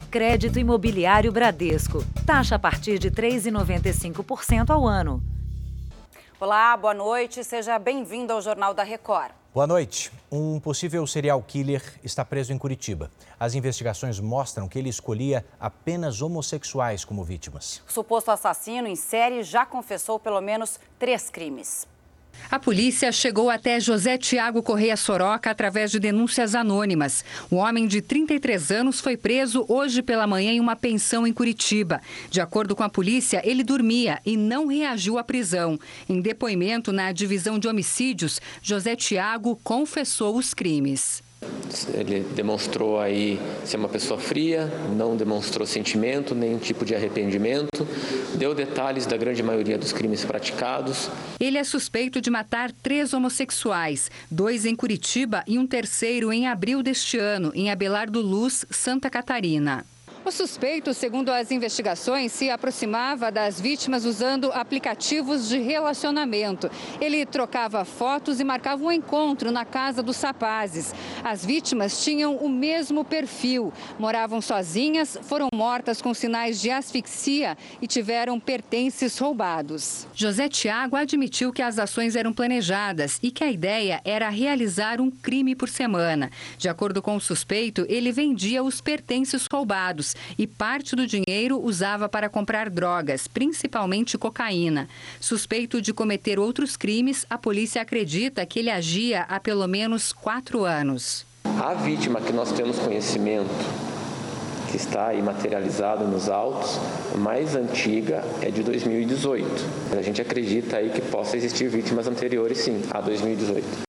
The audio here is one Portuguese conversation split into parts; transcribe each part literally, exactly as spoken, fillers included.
Crédito Imobiliário Bradesco. Taxa a partir de três vírgula noventa e cinco por cento ao ano. Olá, boa noite. Seja bem-vindo ao Jornal da Record. Boa noite. Um possível serial killer está preso em Curitiba. As investigações mostram que ele escolhia apenas homossexuais como vítimas. O suposto assassino em série já confessou pelo menos três crimes. A polícia chegou até José Tiago Correia Soroca através de denúncias anônimas. O homem de trinta e três anos foi preso hoje pela manhã em uma pensão em Curitiba. De acordo com a polícia, ele dormia e não reagiu à prisão. Em depoimento na divisão de homicídios, José Tiago confessou os crimes. Ele demonstrou aí ser uma pessoa fria, não demonstrou sentimento, nenhum tipo de arrependimento, deu detalhes da grande maioria dos crimes praticados. Ele é suspeito de matar três homossexuais, dois em Curitiba e um terceiro em abril deste ano, em Abelardo Luz, Santa Catarina. O suspeito, segundo as investigações, se aproximava das vítimas usando aplicativos de relacionamento. Ele trocava fotos e marcava um encontro na casa dos rapazes. As vítimas tinham o mesmo perfil, moravam sozinhas, foram mortas com sinais de asfixia e tiveram pertences roubados. José Tiago admitiu que as ações eram planejadas e que a ideia era realizar um crime por semana. De acordo com o suspeito, ele vendia os pertences roubados e parte do dinheiro usava para comprar drogas, principalmente cocaína. Suspeito de cometer outros crimes, a polícia acredita que ele agia há pelo menos quatro anos. A vítima que nós temos conhecimento, que está aí materializado nos autos, mais antiga é de dois mil e dezoito. A gente acredita aí que possa existir vítimas anteriores, sim, a dois mil e dezoito.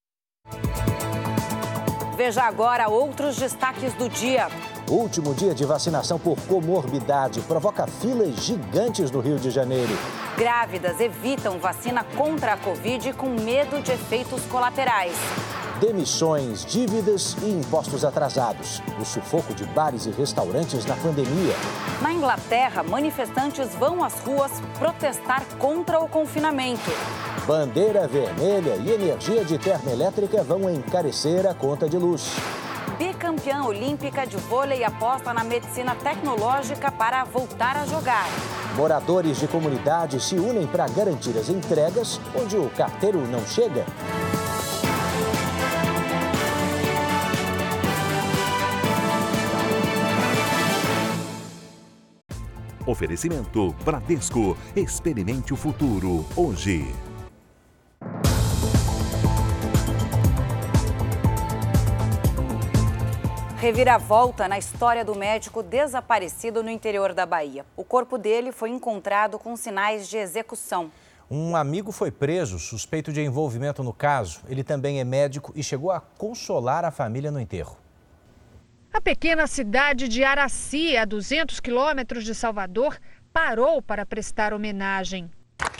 Veja agora outros destaques do dia. Último dia de vacinação por comorbidade provoca filas gigantes no Rio de Janeiro. Grávidas evitam vacina contra a Covid com medo de efeitos colaterais. Demissões, dívidas e impostos atrasados. O sufoco de bares e restaurantes na pandemia. Na Inglaterra, manifestantes vão às ruas protestar contra o confinamento. Bandeira vermelha e energia de termoelétrica vão encarecer a conta de luz. Bicampeã olímpica de vôlei aposta na medicina tecnológica para voltar a jogar. Moradores de comunidade se unem para garantir as entregas onde o carteiro não chega. Oferecimento Bradesco. Experimente o futuro hoje. Reviravolta na história do médico desaparecido no interior da Bahia. O corpo dele foi encontrado com sinais de execução. Um amigo foi preso, suspeito de envolvimento no caso. Ele também é médico e chegou a consolar a família no enterro. A pequena cidade de Araci, a duzentos quilômetros de Salvador, parou para prestar homenagem.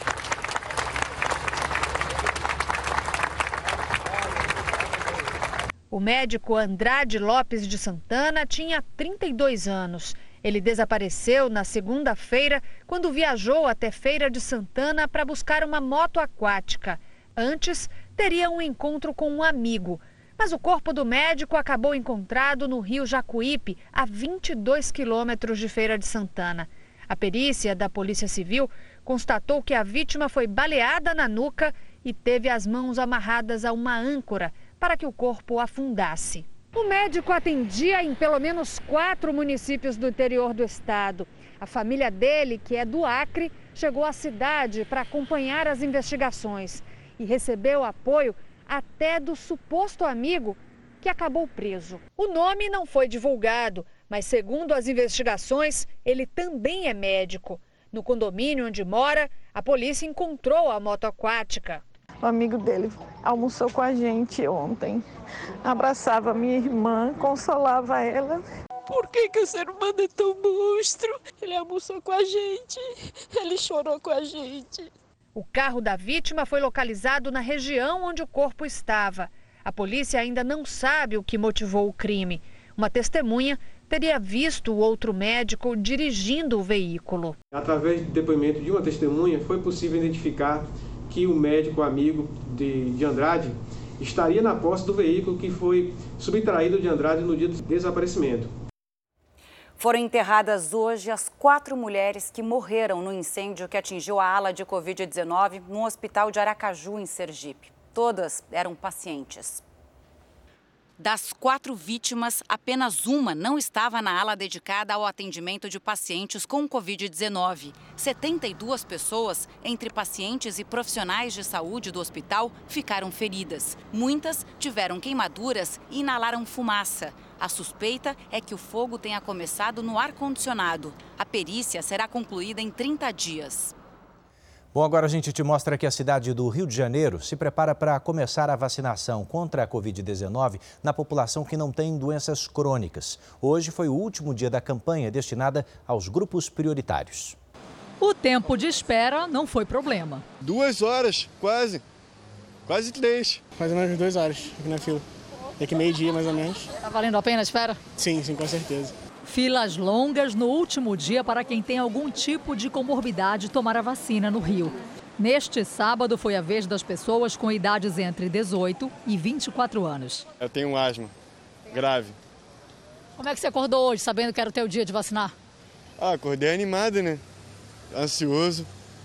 O médico Andrade Lopes de Santana tinha trinta e dois anos. Ele desapareceu na segunda-feira, quando viajou até Feira de Santana para buscar uma moto aquática. Antes, teria um encontro com um amigo. Mas o corpo do médico acabou encontrado no rio Jacuípe, a vinte e dois quilômetros de Feira de Santana. A perícia da Polícia Civil constatou que a vítima foi baleada na nuca e teve as mãos amarradas a uma âncora para que o corpo afundasse. O médico atendia em pelo menos quatro municípios do interior do estado. A família dele, que é do Acre, chegou à cidade para acompanhar as investigações e recebeu apoio até do suposto amigo que acabou preso. O nome não foi divulgado, mas segundo as investigações, ele também é médico. No condomínio onde mora, a polícia encontrou a moto aquática. O amigo dele almoçou com a gente ontem, abraçava minha irmã, consolava ela. Por que que o ser humano é tão monstro? Ele almoçou com a gente, ele chorou com a gente. O carro da vítima foi localizado na região onde o corpo estava. A polícia ainda não sabe o que motivou o crime. Uma testemunha teria visto o outro médico dirigindo o veículo. Através do depoimento de uma testemunha, foi possível identificar que o médico amigo de, de Andrade estaria na posse do veículo que foi subtraído de Andrade no dia do desaparecimento. Foram enterradas hoje as quatro mulheres que morreram no incêndio que atingiu a ala de covid dezenove no hospital de Aracaju, em Sergipe. Todas eram pacientes. Das quatro vítimas, apenas uma não estava na ala dedicada ao atendimento de pacientes com covid dezenove. setenta e duas pessoas, entre pacientes e profissionais de saúde do hospital, ficaram feridas. Muitas tiveram queimaduras e inalaram fumaça. A suspeita é que o fogo tenha começado no ar-condicionado. A perícia será concluída em trinta dias. Bom, agora a gente te mostra que a cidade do Rio de Janeiro se prepara para começar a vacinação contra a covid dezenove na população que não tem doenças crônicas. Hoje foi o último dia da campanha destinada aos grupos prioritários. O tempo de espera não foi problema. Duas horas, quase. Quase três. Mais ou menos duas horas aqui na fila. Daqui meio-dia, mais ou menos. Tá valendo a pena a espera? Sim, sim, com certeza. Filas longas no último dia para quem tem algum tipo de comorbidade tomar a vacina no Rio. Neste sábado foi a vez das pessoas com idades entre dezoito e vinte e quatro anos. Eu tenho asma grave. Como é que você acordou hoje, sabendo que era o teu dia de vacinar? Ah, acordei animado, né? Ansioso.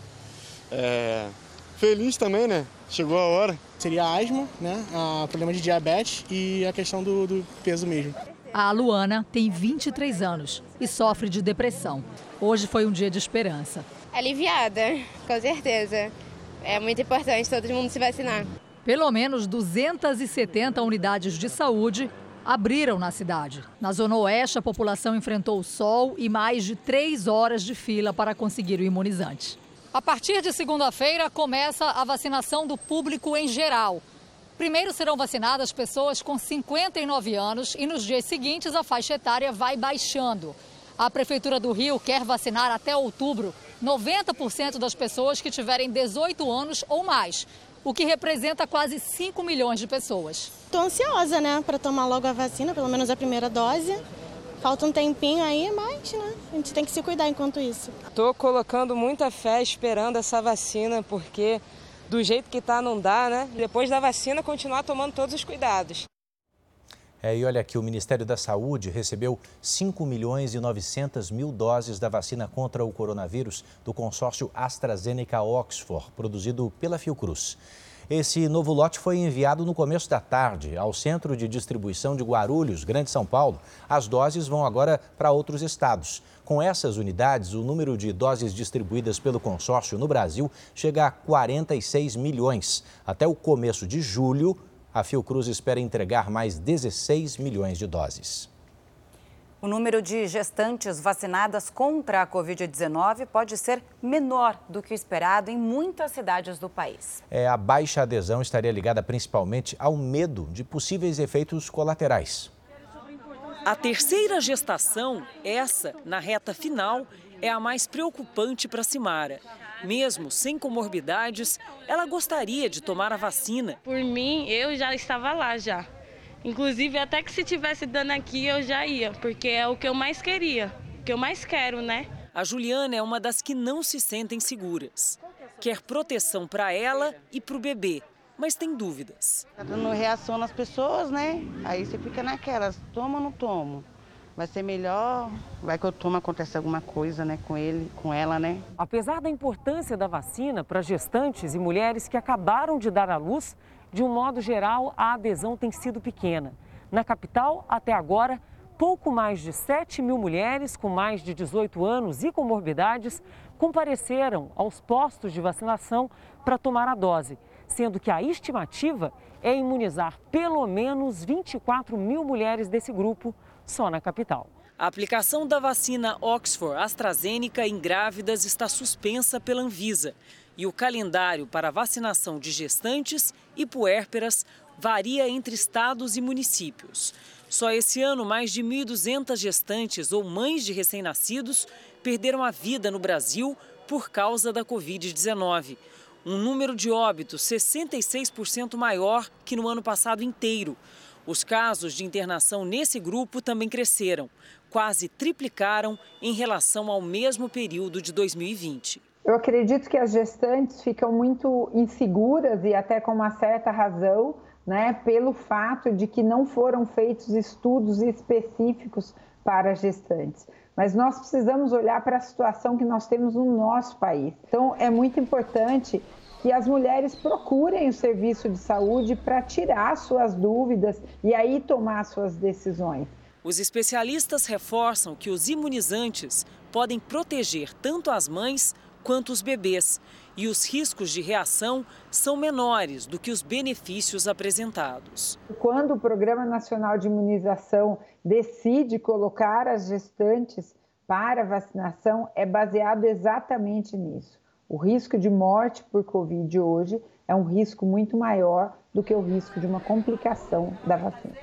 É... Feliz também, né? Chegou a hora. Seria a asma, né? A problema de diabetes e a questão do, do peso mesmo. A Luana tem vinte e três anos e sofre de depressão. Hoje foi um dia de esperança. Aliviada, com certeza. É muito importante todo mundo se vacinar. Pelo menos duzentas e setenta unidades de saúde abriram na cidade. Na Zona Oeste, a população enfrentou o sol e mais de três horas de fila para conseguir o imunizante. A partir de segunda-feira, começa a vacinação do público em geral. Primeiro serão vacinadas pessoas com cinquenta e nove anos e nos dias seguintes a faixa etária vai baixando. A Prefeitura do Rio quer vacinar até outubro noventa por cento das pessoas que tiverem dezoito anos ou mais, o que representa quase cinco milhões de pessoas. Estou ansiosa, né, para tomar logo a vacina, pelo menos a primeira dose. Falta um tempinho aí, mas né, a gente tem que se cuidar enquanto isso. Estou colocando muita fé esperando essa vacina, porque do jeito que está não dá, né? Depois da vacina, continuar tomando todos os cuidados. É, e olha aqui, o Ministério da Saúde recebeu cinco milhões e novecentas mil doses da vacina contra o coronavírus do consórcio AstraZeneca-Oxford, produzido pela Fiocruz. Esse novo lote foi enviado no começo da tarde ao Centro de Distribuição de Guarulhos, Grande São Paulo. As doses vão agora para outros estados. Com essas unidades, o número de doses distribuídas pelo consórcio no Brasil chega a quarenta e seis milhões. Até o começo de julho, a Fiocruz espera entregar mais dezesseis milhões de doses. O número de gestantes vacinadas contra a covid dezenove pode ser menor do que o esperado em muitas cidades do país. É, a baixa adesão estaria ligada principalmente ao medo de possíveis efeitos colaterais. A terceira gestação, essa, na reta final, é a mais preocupante para Simara. Mesmo sem comorbidades, ela gostaria de tomar a vacina. Por mim, eu já estava lá já. Inclusive, até que se tivesse dando aqui, eu já ia, porque é o que eu mais queria, o que eu mais quero, né? A Juliana é uma das que não se sentem seguras. Quer proteção para ela e para o bebê, mas tem dúvidas. Tá dando reação nas pessoas, né? Aí você fica naquelas, toma ou não tomo? Vai ser melhor, vai que eu tomo, acontece alguma coisa, né, com ele, com ela, né? Apesar da importância da vacina para gestantes e mulheres que acabaram de dar à luz, de um modo geral, a adesão tem sido pequena. Na capital, até agora, pouco mais de sete mil mulheres com mais de dezoito anos e comorbidades compareceram aos postos de vacinação para tomar a dose, sendo que a estimativa é imunizar pelo menos vinte e quatro mil mulheres desse grupo só na capital. A aplicação da vacina Oxford AstraZeneca em grávidas está suspensa pela Anvisa. E o calendário para a vacinação de gestantes e puérperas varia entre estados e municípios. Só esse ano, mais de mil e duzentas gestantes ou mães de recém-nascidos perderam a vida no Brasil por causa da covid dezenove. Um número de óbitos sessenta e seis por cento maior que no ano passado inteiro. Os casos de internação nesse grupo também cresceram, quase triplicaram em relação ao mesmo período de dois mil e vinte. Eu acredito que as gestantes ficam muito inseguras e até com uma certa razão, né, pelo fato de que não foram feitos estudos específicos para gestantes. Mas nós precisamos olhar para a situação que nós temos no nosso país. Então, é muito importante que as mulheres procurem o serviço de saúde para tirar suas dúvidas e aí tomar suas decisões. Os especialistas reforçam que os imunizantes podem proteger tanto as mães quanto os bebês. E os riscos de reação são menores do que os benefícios apresentados. Quando o Programa Nacional de Imunização decide colocar as gestantes para vacinação, é baseado exatamente nisso. O risco de morte por Covid hoje é um risco muito maior do que o risco de uma complicação da vacina.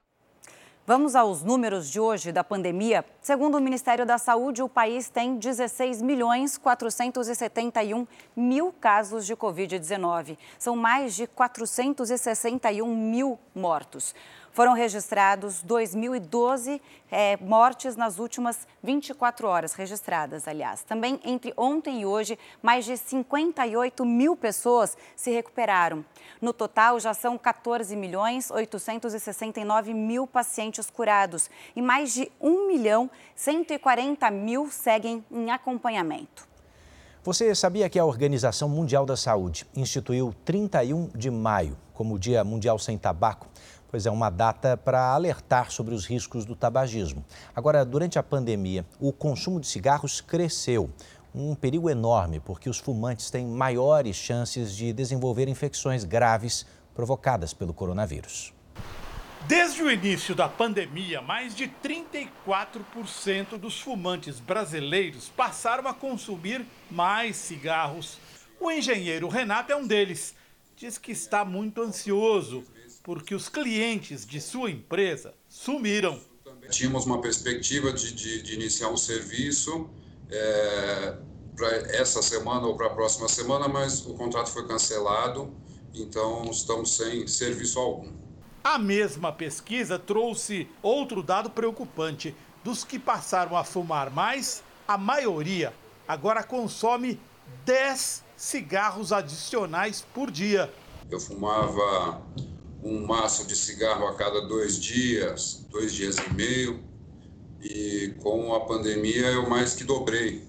Vamos aos números de hoje da pandemia. Segundo o Ministério da Saúde, o país tem dezesseis milhões quatrocentos e setenta e um mil casos de Covid dezenove. São mais de quatrocentos e sessenta e um mil mortos. Foram registrados dois mil e doze é, mortes nas últimas vinte e quatro horas, registradas, aliás. Também entre ontem e hoje, mais de cinquenta e oito mil pessoas se recuperaram. No total, já são quatorze milhões oitocentos e sessenta e nove mil pacientes curados e mais de um milhão cento e quarenta mil seguem em acompanhamento. Você sabia que a Organização Mundial da Saúde instituiu trinta e um de maio como o Dia Mundial Sem Tabaco? Pois é, uma data para alertar sobre os riscos do tabagismo. Agora, durante a pandemia, o consumo de cigarros cresceu. Um perigo enorme, porque os fumantes têm maiores chances de desenvolver infecções graves provocadas pelo coronavírus. Desde o início da pandemia, mais de trinta e quatro por cento dos fumantes brasileiros passaram a consumir mais cigarros. O engenheiro Renato é um deles. Diz que está muito ansioso, porque os clientes de sua empresa sumiram. Tínhamos uma perspectiva de, de, de iniciar um serviço é, para essa semana ou para a próxima semana, mas o contrato foi cancelado, então estamos sem serviço algum. A mesma pesquisa trouxe outro dado preocupante. Dos que passaram a fumar mais, a maioria agora consome dez cigarros adicionais por dia. Eu fumava um maço de cigarro a cada dois dias, dois dias e meio, e com a pandemia eu mais que dobrei.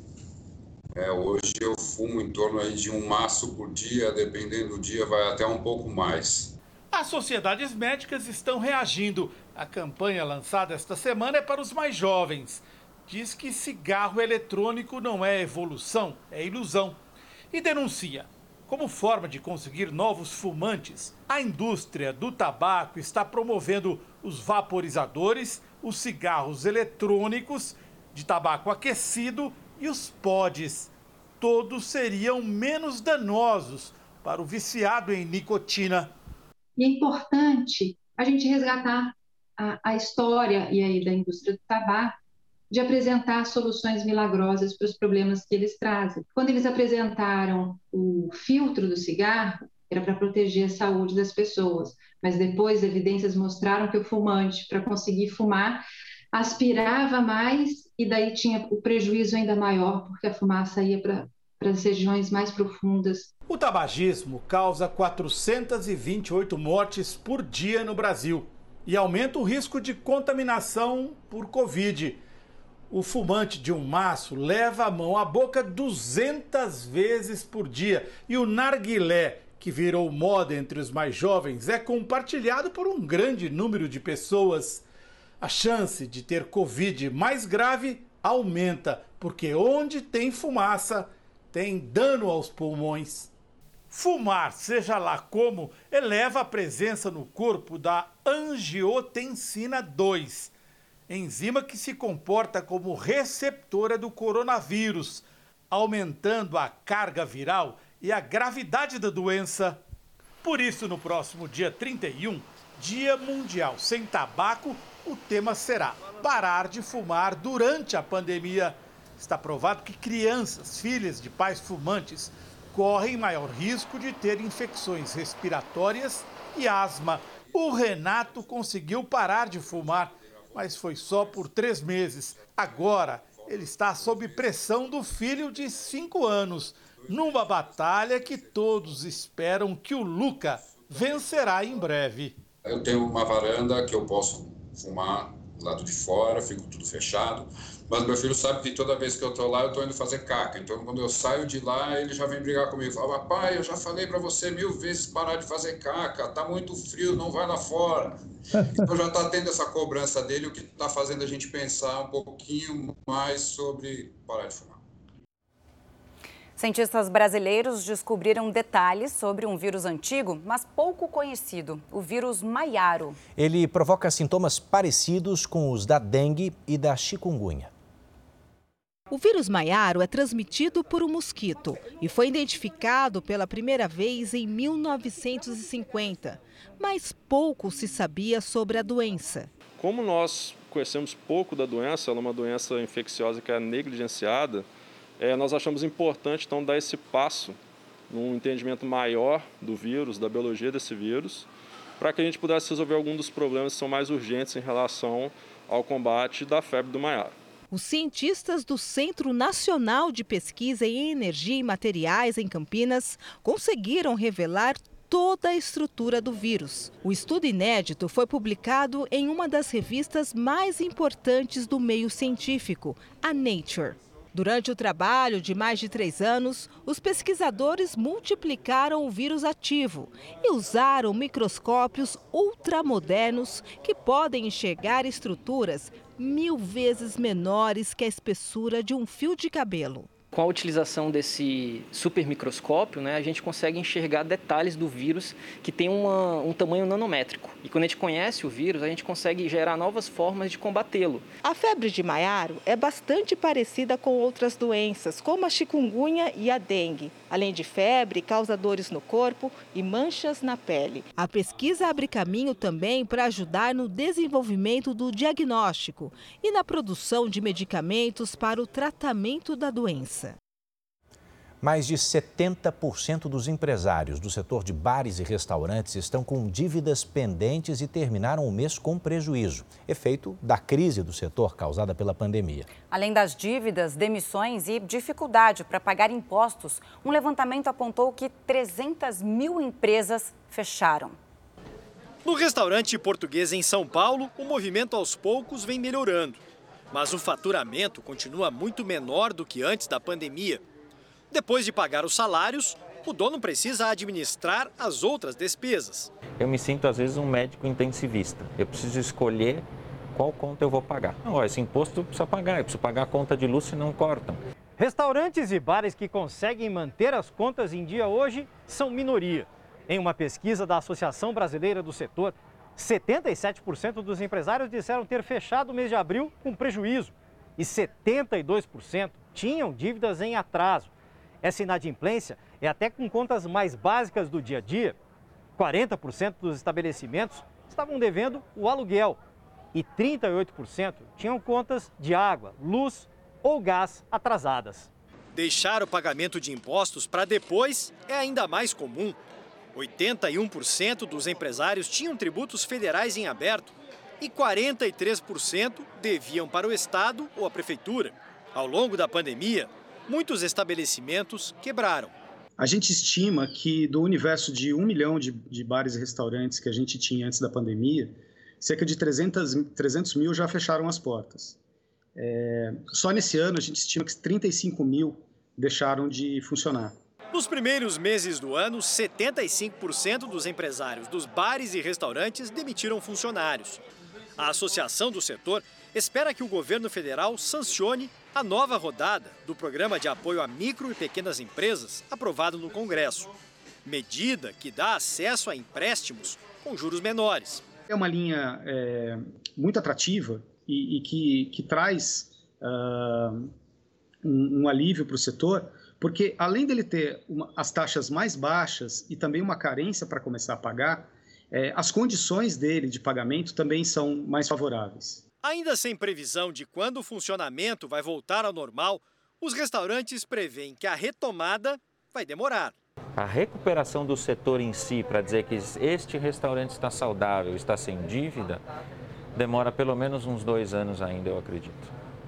É, hoje eu fumo em torno aí de um maço por dia, dependendo do dia vai até um pouco mais. As sociedades médicas estão reagindo. A campanha lançada esta semana é para os mais jovens. Diz que cigarro eletrônico não é evolução, é ilusão. E denuncia. Como forma de conseguir novos fumantes, a indústria do tabaco está promovendo os vaporizadores, os cigarros eletrônicos, de tabaco aquecido e os pods. Todos seriam menos danosos para o viciado em nicotina. E é importante a gente resgatar a, a história e aí da indústria do tabaco, de apresentar soluções milagrosas para os problemas que eles trazem. Quando eles apresentaram o filtro do cigarro, era para proteger a saúde das pessoas, mas depois evidências mostraram que o fumante, para conseguir fumar, aspirava mais e daí tinha o prejuízo ainda maior, porque a fumaça ia para para as regiões mais profundas. O tabagismo causa quatrocentas e vinte e oito mortes por dia no Brasil e aumenta o risco de contaminação por Covid. O fumante de um maço leva a mão à boca duzentas vezes por dia e o narguilé, que virou moda entre os mais jovens, é compartilhado por um grande número de pessoas. A chance de ter Covid mais grave aumenta, porque onde tem fumaça, tem dano aos pulmões. Fumar, seja lá como, eleva a presença no corpo da angiotensina dois, enzima que se comporta como receptora do coronavírus, aumentando a carga viral e a gravidade da doença. Por isso, no próximo dia trinta e um, Dia Mundial Sem Tabaco, o tema será parar de fumar durante a pandemia. Está provado que crianças, filhas de pais fumantes, correm maior risco de ter infecções respiratórias e asma. O Renato conseguiu parar de fumar, mas foi só por três meses. Agora, ele está sob pressão do filho de cinco anos, numa batalha que todos esperam que o Luca vencerá em breve. Eu tenho uma varanda que eu posso fumar lado de fora, fico tudo fechado. Mas meu filho sabe que toda vez que eu estou lá, eu estou indo fazer caca. Então, quando eu saio de lá, ele já vem brigar comigo. Fala, papai, eu já falei para você mil vezes parar de fazer caca. Tá muito frio, não vai lá fora. Então, já está tendo essa cobrança dele, o que está fazendo a gente pensar um pouquinho mais sobre parar de fumar. Cientistas brasileiros descobriram detalhes sobre um vírus antigo, mas pouco conhecido, o vírus maiaro. Ele provoca sintomas parecidos com os da dengue e da chikungunya. O vírus maiaro é transmitido por um mosquito e foi identificado pela primeira vez em mil novecentos e cinquenta, mas pouco se sabia sobre a doença. Como nós conhecemos pouco da doença, ela é uma doença infecciosa que é negligenciada, é, nós achamos importante então dar esse passo num entendimento maior do vírus, da biologia desse vírus, para que a gente pudesse resolver alguns dos problemas que são mais urgentes em relação ao combate da febre do maiaro. Os cientistas do Centro Nacional de Pesquisa em Energia e Materiais, em Campinas, conseguiram revelar toda a estrutura do vírus. O estudo inédito foi publicado em uma das revistas mais importantes do meio científico, a Nature. Durante o trabalho de mais de três anos, os pesquisadores multiplicaram o vírus ativo e usaram microscópios ultramodernos que podem enxergar estruturas mil vezes menores que a espessura de um fio de cabelo. Com a utilização desse supermicroscópio, né, a gente consegue enxergar detalhes do vírus que tem uma, um tamanho nanométrico. E quando a gente conhece o vírus, a gente consegue gerar novas formas de combatê-lo. A febre de maiaro é bastante parecida com outras doenças, como a chikungunya e a dengue. Além de febre, causa dores no corpo e manchas na pele. A pesquisa abre caminho também para ajudar no desenvolvimento do diagnóstico e na produção de medicamentos para o tratamento da doença. Mais de setenta por cento dos empresários do setor de bares e restaurantes estão com dívidas pendentes e terminaram o mês com prejuízo, efeito da crise do setor causada pela pandemia. Além das dívidas, demissões e dificuldade para pagar impostos, um levantamento apontou que trezentas mil empresas fecharam. No restaurante português em São Paulo, o movimento aos poucos vem melhorando, mas o faturamento continua muito menor do que antes da pandemia. Depois de pagar os salários, o dono precisa administrar as outras despesas. Eu me sinto, às vezes, um médico intensivista. Eu preciso escolher qual conta eu vou pagar. Não, esse imposto precisa pagar, eu preciso pagar a conta de luz se não cortam. Restaurantes e bares que conseguem manter as contas em dia hoje são minoria. Em uma pesquisa da Associação Brasileira do Setor, setenta e sete por cento dos empresários disseram ter fechado o mês de abril com prejuízo e setenta e dois por cento tinham dívidas em atraso. Essa inadimplência é até com contas mais básicas do dia a dia. quarenta por cento dos estabelecimentos estavam devendo o aluguel e trinta e oito por cento tinham contas de água, luz ou gás atrasadas. Deixar o pagamento de impostos para depois é ainda mais comum. oitenta e um por cento dos empresários tinham tributos federais em aberto e quarenta e três por cento deviam para o Estado ou a Prefeitura. Ao longo da pandemia, muitos estabelecimentos quebraram. A gente estima que do universo de um milhão de, de bares e restaurantes que a gente tinha antes da pandemia, cerca de trezentos mil já fecharam as portas. É, só nesse ano a gente estima que trinta e cinco mil deixaram de funcionar. Nos primeiros meses do ano, setenta e cinco por cento dos empresários dos bares e restaurantes demitiram funcionários. A associação do setor espera que o governo federal sancione a nova rodada do Programa de Apoio a Micro e Pequenas Empresas, aprovado no Congresso. Medida que dá acesso a empréstimos com juros menores. É uma linha é, muito atrativa e, e que, que traz uh, um, um alívio para o setor, porque além dele ter uma, as taxas mais baixas e também uma carência para começar a pagar, é, as condições dele de pagamento também são mais favoráveis. Ainda sem previsão de quando o funcionamento vai voltar ao normal, os restaurantes preveem que a retomada vai demorar. A recuperação do setor em si, para dizer que este restaurante está saudável, está sem dívida, demora pelo menos uns dois anos ainda, eu acredito.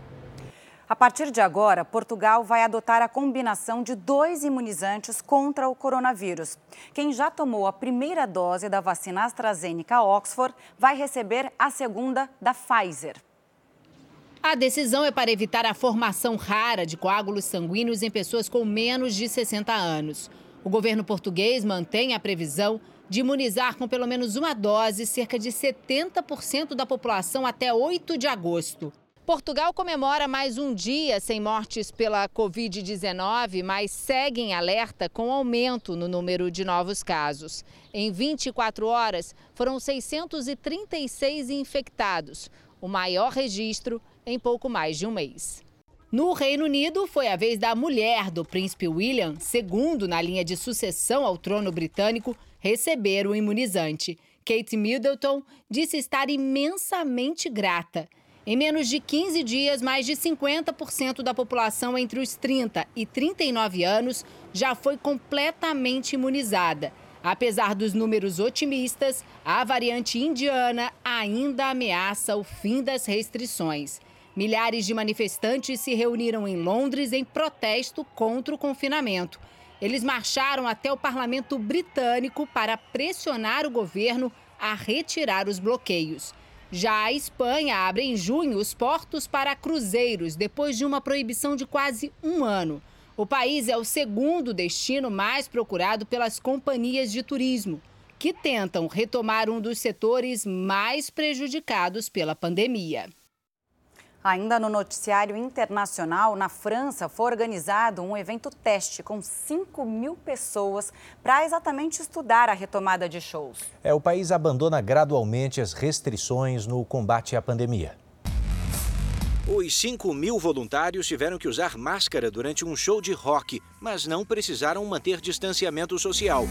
A partir de agora, Portugal vai adotar a combinação de dois imunizantes contra o coronavírus. Quem já tomou a primeira dose da vacina AstraZeneca Oxford vai receber a segunda da Pfizer. A decisão é para evitar a formação rara de coágulos sanguíneos em pessoas com menos de sessenta anos. O governo português mantém a previsão de imunizar com pelo menos uma dose cerca de setenta por cento da população até oito de agosto. Portugal comemora mais um dia sem mortes pela covid dezenove, mas segue em alerta com aumento no número de novos casos. Em vinte e quatro horas, foram seiscentos e trinta e seis infectados, o maior registro em pouco mais de um mês. No Reino Unido, foi a vez da mulher do príncipe William, segundo na linha de sucessão ao trono britânico, receber o imunizante. Kate Middleton disse estar imensamente grata. Em menos de quinze dias, mais de cinquenta por cento da população entre os trinta e trinta e nove anos já foi completamente imunizada. Apesar dos números otimistas, a variante indiana ainda ameaça o fim das restrições. Milhares de manifestantes se reuniram em Londres em protesto contra o confinamento. Eles marcharam até o parlamento britânico para pressionar o governo a retirar os bloqueios. Já a Espanha abre em junho os portos para cruzeiros, depois de uma proibição de quase um ano. O país é o segundo destino mais procurado pelas companhias de turismo, que tentam retomar um dos setores mais prejudicados pela pandemia. Ainda no noticiário internacional, na França, foi organizado um evento teste com cinco mil pessoas para exatamente estudar a retomada de shows. É, o país abandona gradualmente as restrições no combate à pandemia. Os cinco mil voluntários tiveram que usar máscara durante um show de rock, mas não precisaram manter distanciamento social.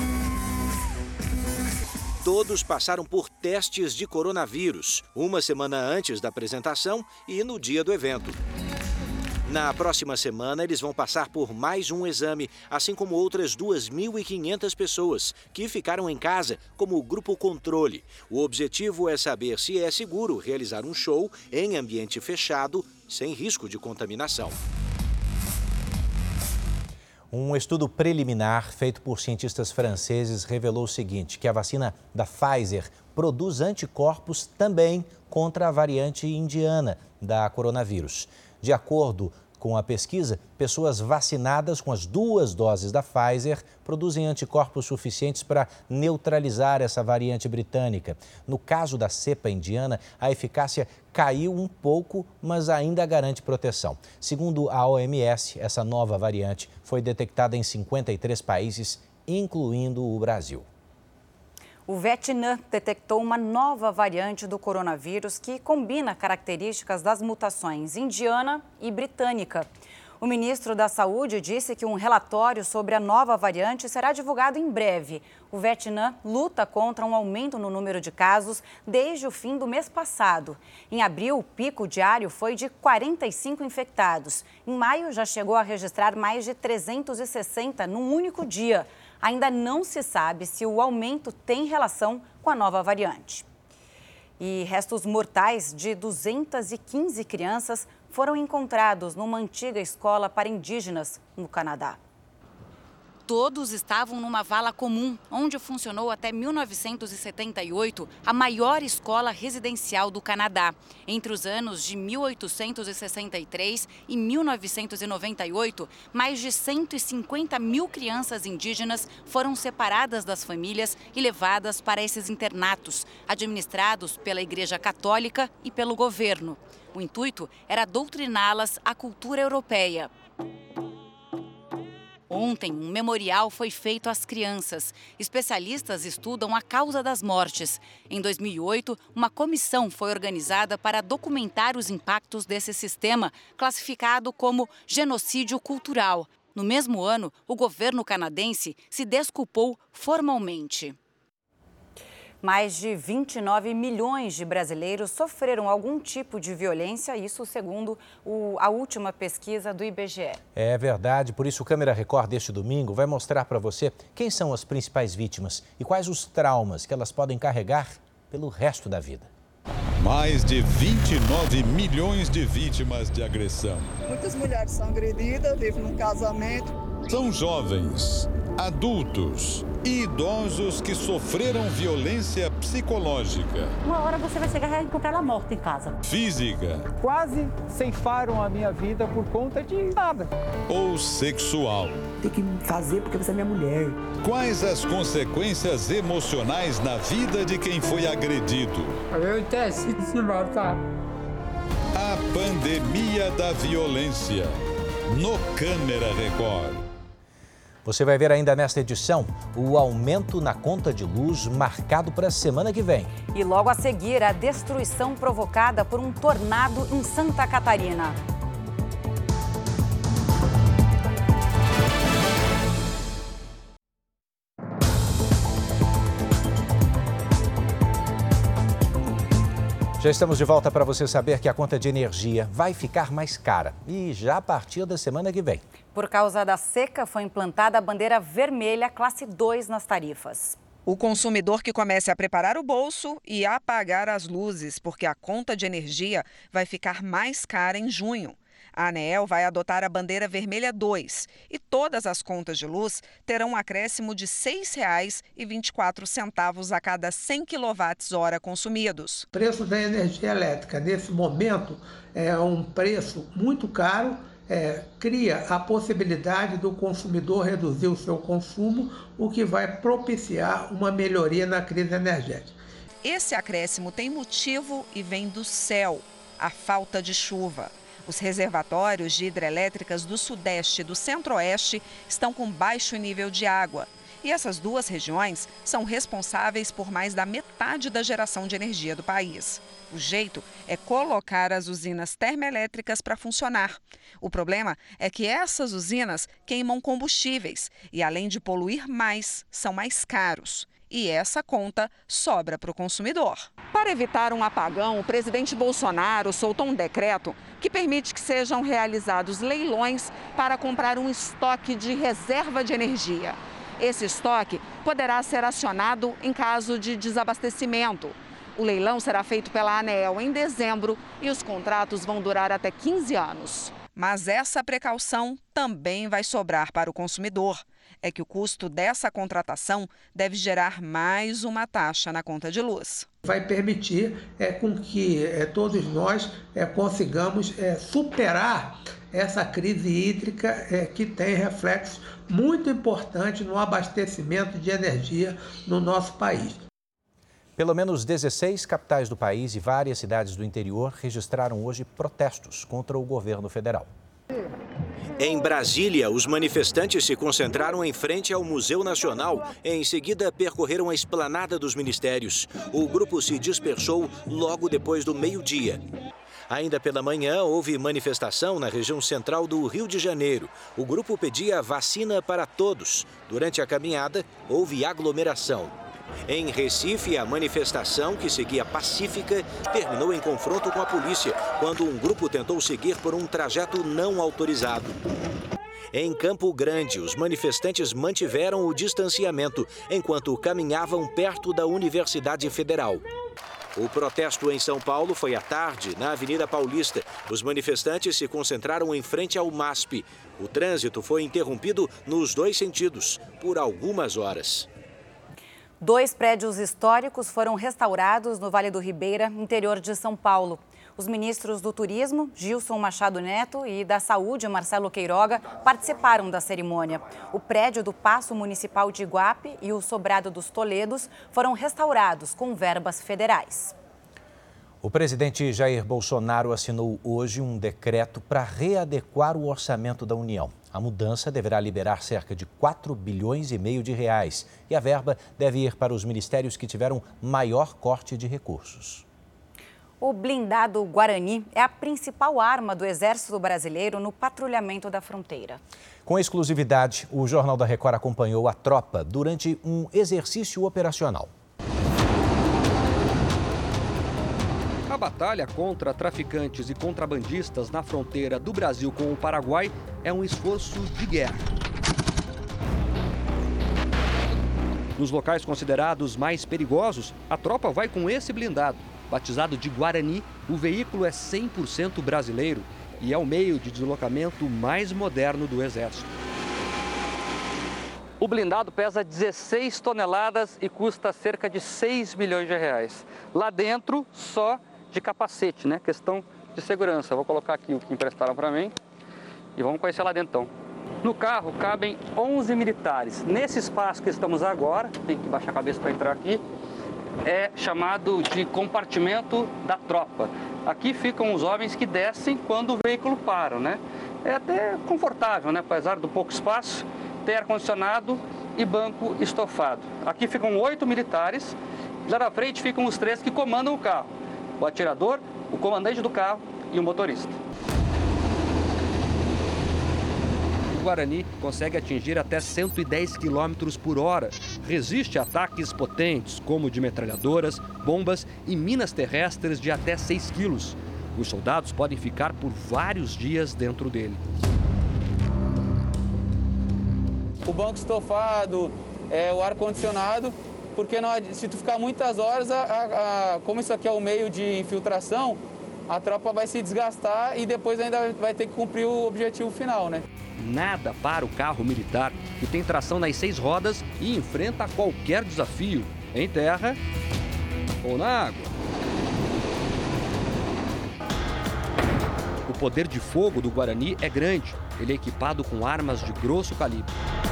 Todos passaram por testes de coronavírus, uma semana antes da apresentação e no dia do evento. Na próxima semana, eles vão passar por mais um exame, assim como outras duas mil e quinhentas pessoas que ficaram em casa como grupo controle. O objetivo é saber se é seguro realizar um show em ambiente fechado, sem risco de contaminação. Um estudo preliminar feito por cientistas franceses revelou o seguinte, que a vacina da Pfizer produz anticorpos também contra a variante indiana da coronavírus. De acordo com a pesquisa, pessoas vacinadas com as duas doses da Pfizer produzem anticorpos suficientes para neutralizar essa variante britânica. No caso da cepa indiana, a eficácia caiu um pouco, mas ainda garante proteção. Segundo a O M S, essa nova variante foi detectada em cinquenta e três países, incluindo o Brasil. O Vietnã detectou uma nova variante do coronavírus que combina características das mutações indiana e britânica. O ministro da Saúde disse que um relatório sobre a nova variante será divulgado em breve. O Vietnã luta contra um aumento no número de casos desde o fim do mês passado. Em abril, o pico diário foi de quarenta e cinco infectados. Em maio, já chegou a registrar mais de trezentos e sessenta num único dia. Ainda não se sabe se o aumento tem relação com a nova variante. E restos mortais de duzentas e quinze crianças foram encontrados numa antiga escola para indígenas no Canadá. Todos estavam numa vala comum, onde funcionou até mil novecentos e setenta e oito a maior escola residencial do Canadá. Entre os anos de mil oitocentos e sessenta e três e mil novecentos e noventa e oito, mais de cento e cinquenta mil crianças indígenas foram separadas das famílias e levadas para esses internatos, administrados pela Igreja Católica e pelo governo. O intuito era doutriná-las à cultura europeia. Ontem, um memorial foi feito às crianças. Especialistas estudam a causa das mortes. Em dois mil e oito, uma comissão foi organizada para documentar os impactos desse sistema, classificado como genocídio cultural. No mesmo ano, o governo canadense se desculpou formalmente. Mais de vinte e nove milhões de brasileiros sofreram algum tipo de violência, isso segundo o, a última pesquisa do I B G E. É verdade, por isso o Câmera Record deste domingo vai mostrar para você quem são as principais vítimas e quais os traumas que elas podem carregar pelo resto da vida. Mais de vinte e nove milhões de vítimas de agressão. Muitas mulheres são agredidas, vivem num casamento. São jovens, adultos, e idosos que sofreram violência psicológica. Uma hora você vai chegar e encontrar ela morta em casa. Física. Quase ceifaram a minha vida por conta de nada. Ou sexual. Tem que fazer porque você é minha mulher. Quais as consequências emocionais na vida de quem foi agredido? Eu intenso se matar. A pandemia da violência. No Câmera Record. Você vai ver ainda nesta edição o aumento na conta de luz marcado para a semana que vem. E logo a seguir, a destruição provocada por um tornado em Santa Catarina. Já estamos de volta para você saber que a conta de energia vai ficar mais cara e já a partir da semana que vem. Por causa da seca, foi implantada a bandeira vermelha classe dois nas tarifas. O consumidor que comece a preparar o bolso e a apagar as luzes, porque a conta de energia vai ficar mais cara em junho. A ANEEL vai adotar a bandeira vermelha dois e todas as contas de luz terão um acréscimo de seis reais e vinte e quatro centavos a cada cem quilowatts-hora consumidos. O preço da energia elétrica, nesse momento, é um preço muito caro, é, cria a possibilidade do consumidor reduzir o seu consumo, o que vai propiciar uma melhoria na crise energética. Esse acréscimo tem motivo e vem do céu, a falta de chuva. Os reservatórios de hidrelétricas do Sudeste e do Centro-Oeste estão com baixo nível de água. E essas duas regiões são responsáveis por mais da metade da geração de energia do país. O jeito é colocar as usinas termoelétricas para funcionar. O problema é que essas usinas queimam combustíveis e, além de poluir mais, são mais caros. E essa conta sobra para o consumidor. Para evitar um apagão, o presidente Bolsonaro soltou um decreto que permite que sejam realizados leilões para comprar um estoque de reserva de energia. Esse estoque poderá ser acionado em caso de desabastecimento. O leilão será feito pela ANEEL em dezembro e os contratos vão durar até quinze anos. Mas essa precaução também vai sobrar para o consumidor. É que o custo dessa contratação deve gerar mais uma taxa na conta de luz. Vai permitir é, com que é, todos nós é, consigamos é, superar essa crise hídrica é, que tem reflexos muito importantes no abastecimento de energia no nosso país. Pelo menos dezesseis capitais do país e várias cidades do interior registraram hoje protestos contra o governo federal. Em Brasília, os manifestantes se concentraram em frente ao Museu Nacional. Em seguida, percorreram a esplanada dos ministérios. O grupo se dispersou logo depois do meio-dia. Ainda pela manhã, houve manifestação na região central do Rio de Janeiro. O grupo pedia vacina para todos. Durante a caminhada, houve aglomeração. Em Recife, a manifestação, que seguia pacífica, terminou em confronto com a polícia, quando um grupo tentou seguir por um trajeto não autorizado. Em Campo Grande, os manifestantes mantiveram o distanciamento, enquanto caminhavam perto da Universidade Federal. O protesto em São Paulo foi à tarde, na Avenida Paulista. Os manifestantes se concentraram em frente ao M A S P. O trânsito foi interrompido nos dois sentidos, por algumas horas. Dois prédios históricos foram restaurados no Vale do Ribeira, interior de São Paulo. Os ministros do Turismo, Gilson Machado Neto, e da Saúde, Marcelo Queiroga, participaram da cerimônia. O prédio do Paço Municipal de Iguape e o Sobrado dos Toledos foram restaurados com verbas federais. O presidente Jair Bolsonaro assinou hoje um decreto para readequar o orçamento da União. A mudança deverá liberar cerca de quatro bilhões e meio de reais e a verba deve ir para os ministérios que tiveram maior corte de recursos. O blindado Guarani é a principal arma do Exército Brasileiro no patrulhamento da fronteira. Com exclusividade, o Jornal da Record acompanhou a tropa durante um exercício operacional. A batalha contra traficantes e contrabandistas na fronteira do Brasil com o Paraguai é um esforço de guerra. Nos locais considerados mais perigosos, a tropa vai com esse blindado. Batizado de Guarani, o veículo é cem por cento brasileiro e é o meio de deslocamento mais moderno do Exército. O blindado pesa dezesseis toneladas e custa cerca de seis milhões de reais. Lá dentro, só de capacete, né? Questão de segurança. Eu vou colocar aqui o que emprestaram para mim e vamos conhecer lá dentro então. No carro cabem onze militares. Nesse espaço que estamos agora, tem que baixar a cabeça para entrar aqui, é chamado de compartimento da tropa. Aqui ficam os homens que descem quando o veículo para, né? É até confortável, né? Apesar do pouco espaço, tem ar-condicionado e banco estofado. Aqui ficam oito militares, lá na frente ficam os três que comandam o carro. O atirador, o comandante do carro e o motorista. O Guarani consegue atingir até cento e dez quilômetros por hora. Resiste a ataques potentes, como de metralhadoras, bombas e minas terrestres de até seis quilos. Os soldados podem ficar por vários dias dentro dele. O banco estofado, é, o ar-condicionado, porque não, se tu ficar muitas horas, a, a, a, como isso aqui é o meio de infiltração, a tropa vai se desgastar e depois ainda vai ter que cumprir o objetivo final, né? Nada para o carro militar, que tem tração nas seis rodas e enfrenta qualquer desafio, em terra ou na água. O poder de fogo do Guarani é grande. Ele é equipado com armas de grosso calibre.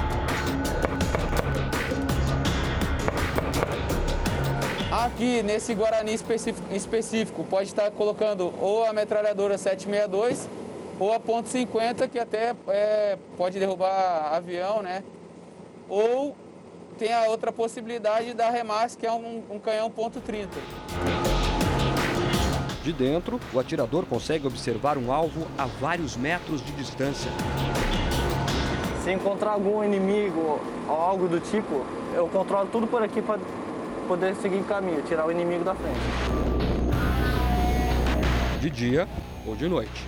Aqui, nesse Guarani específico, específico, pode estar colocando ou a metralhadora sete sessenta e dois ou a ponto cinquenta, que até é, pode derrubar avião, né? Ou tem a outra possibilidade da Remax, que é um, um canhão ponto trinta. De dentro, o atirador consegue observar um alvo a vários metros de distância. Se encontrar algum inimigo ou algo do tipo, eu controlo tudo por aqui para poder seguir em caminho, tirar o inimigo da frente. De dia ou de noite.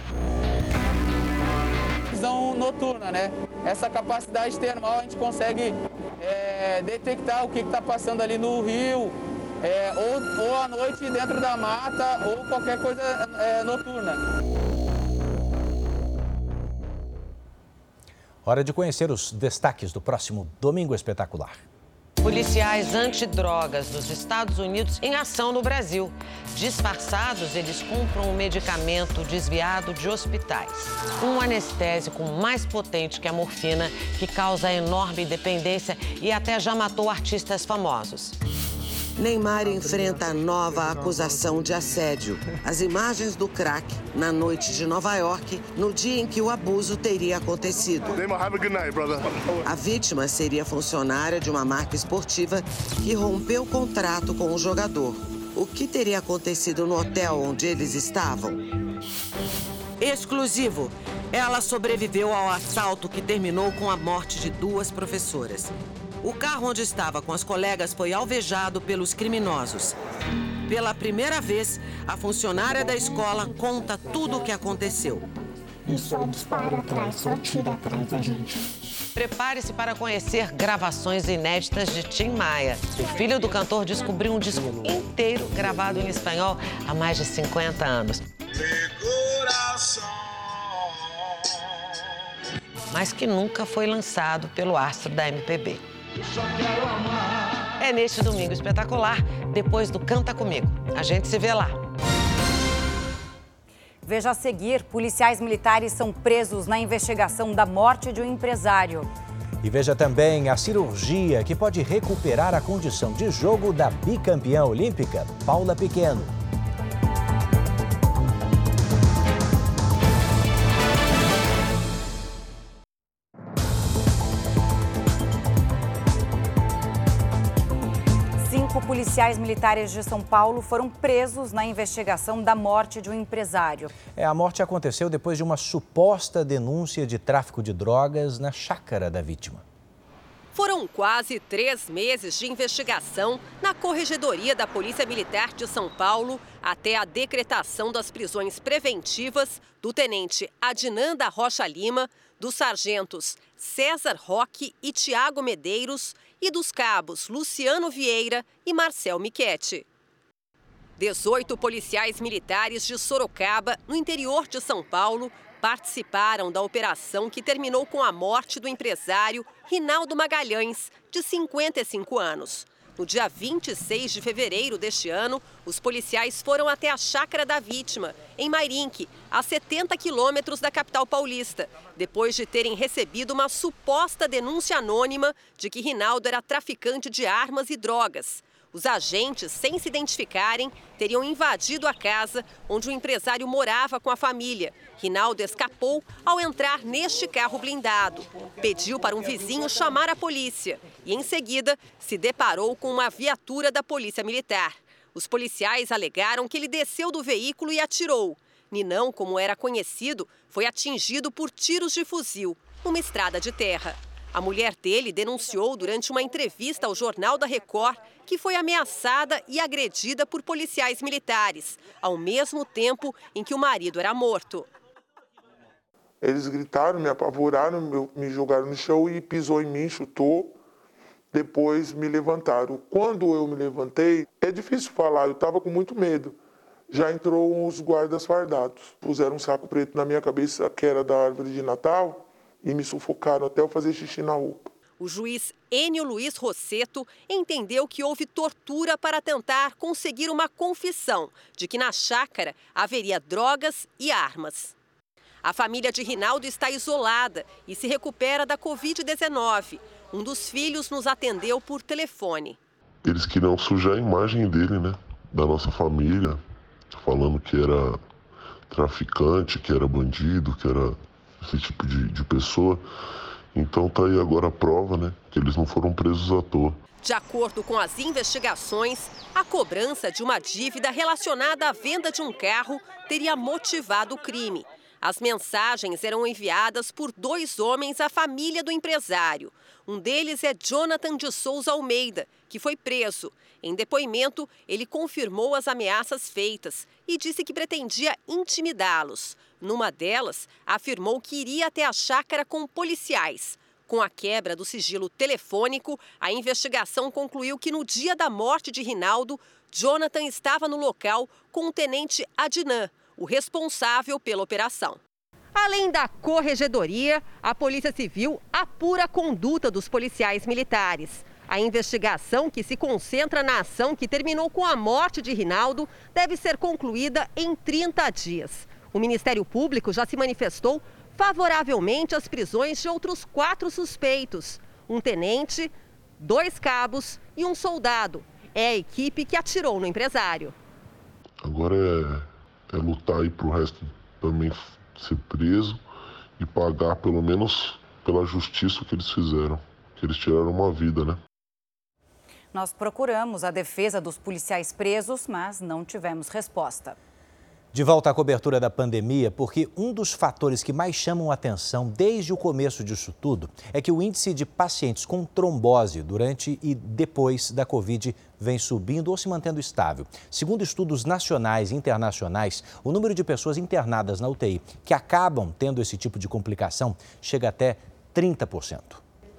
Visão noturna, né? Essa capacidade termal a gente consegue é, detectar o que está passando ali no rio, é, ou, ou à noite dentro da mata, ou qualquer coisa é, noturna. Hora de conhecer os destaques do próximo Domingo Espetacular. Policiais antidrogas dos Estados Unidos em ação no Brasil. Disfarçados, eles compram um medicamento desviado de hospitais. Um anestésico mais potente que a morfina, que causa enorme dependência e até já matou artistas famosos. Neymar enfrenta nova acusação de assédio. As imagens do crack na noite de Nova York, no dia em que o abuso teria acontecido. A vítima seria funcionária de uma marca esportiva que rompeu o contrato com o jogador. O que teria acontecido no hotel onde eles estavam? Exclusivo. Ela sobreviveu ao assalto que terminou com a morte de duas professoras. O carro onde estava com as colegas foi alvejado pelos criminosos. Pela primeira vez, a funcionária da escola conta tudo o que aconteceu. E só dispara atrás, só tira atrás da gente. Prepare-se para conhecer gravações inéditas de Tim Maia. O filho do cantor descobriu um disco inteiro gravado em espanhol há mais de cinquenta anos. Mas que nunca foi lançado pelo astro da M P B. É neste Domingo Espetacular, depois do Canta Comigo. A gente se vê lá. Veja a seguir, policiais militares são presos na investigação da morte de um empresário. E veja também a cirurgia que pode recuperar a condição de jogo da bicampeã olímpica, Paula Pequeno. Cinco policiais militares de São Paulo foram presos na investigação da morte de um empresário. É, a morte aconteceu depois de uma suposta denúncia de tráfico de drogas na chácara da vítima. Foram quase três meses de investigação na Corregedoria da Polícia Militar de São Paulo até a decretação das prisões preventivas do tenente Adinanda Rocha Lima, dos sargentos César Roque e Tiago Medeiros e dos cabos Luciano Vieira e Marcel Michetti. dezoito policiais militares de Sorocaba, no interior de São Paulo, participaram da operação que terminou com a morte do empresário Rinaldo Magalhães, de cinquenta e cinco anos. No dia vinte e seis de fevereiro deste ano, os policiais foram até a chácara da vítima, em Mairinque, a setenta quilômetros da capital paulista, depois de terem recebido uma suposta denúncia anônima de que Rinaldo era traficante de armas e drogas. Os agentes, sem se identificarem, teriam invadido a casa onde o empresário morava com a família. Rinaldo escapou ao entrar neste carro blindado. Pediu para um vizinho chamar a polícia e, em seguida, se deparou com uma viatura da Polícia Militar. Os policiais alegaram que ele desceu do veículo e atirou. Ninão, como era conhecido, foi atingido por tiros de fuzil numa estrada de terra. A mulher dele denunciou durante uma entrevista ao Jornal da Record que foi ameaçada e agredida por policiais militares, ao mesmo tempo em que o marido era morto. Eles gritaram, me apavoraram, me jogaram no chão e pisou em mim, chutou. Depois me levantaram. Quando eu me levantei, é difícil falar, eu estava com muito medo. Já entrou os guardas fardados. Puseram um saco preto na minha cabeça, que era da árvore de Natal, e me sufocaram até eu fazer xixi na roupa. O juiz Enio Luiz Rosseto entendeu que houve tortura para tentar conseguir uma confissão de que na chácara haveria drogas e armas. A família de Rinaldo está isolada e se recupera da covid dezenove. Um dos filhos nos atendeu por telefone. Eles queriam sujar a imagem dele, né? Da nossa família, falando que era traficante, que era bandido, que era esse tipo de, de pessoa. Então tá aí agora a prova, né? Que eles não foram presos à toa. De acordo com as investigações, a cobrança de uma dívida relacionada à venda de um carro teria motivado o crime. As mensagens eram enviadas por dois homens à família do empresário. Um deles é Jonathan de Souza Almeida, que foi preso. Em depoimento, ele confirmou as ameaças feitas e disse que pretendia intimidá-los. Numa delas, afirmou que iria até a chácara com policiais. Com a quebra do sigilo telefônico, a investigação concluiu que no dia da morte de Rinaldo, Jonathan estava no local com o tenente Adnan, o responsável pela operação. Além da corregedoria, a Polícia Civil apura a conduta dos policiais militares. A investigação, que se concentra na ação que terminou com a morte de Rinaldo, deve ser concluída em trinta dias. O Ministério Público já se manifestou favoravelmente às prisões de outros quatro suspeitos: um tenente, dois cabos e um soldado. É a equipe que atirou no empresário. Agora é, é lutar aí para o resto também ser preso e pagar pelo menos pela justiça que eles fizeram, que eles tiraram uma vida, né? Nós procuramos a defesa dos policiais presos, mas não tivemos resposta. De volta à cobertura da pandemia, porque um dos fatores que mais chamam a atenção desde o começo disso tudo é que o índice de pacientes com trombose durante e depois da Covid vem subindo ou se mantendo estável. Segundo estudos nacionais e internacionais, o número de pessoas internadas na U T I que acabam tendo esse tipo de complicação chega até trinta por cento.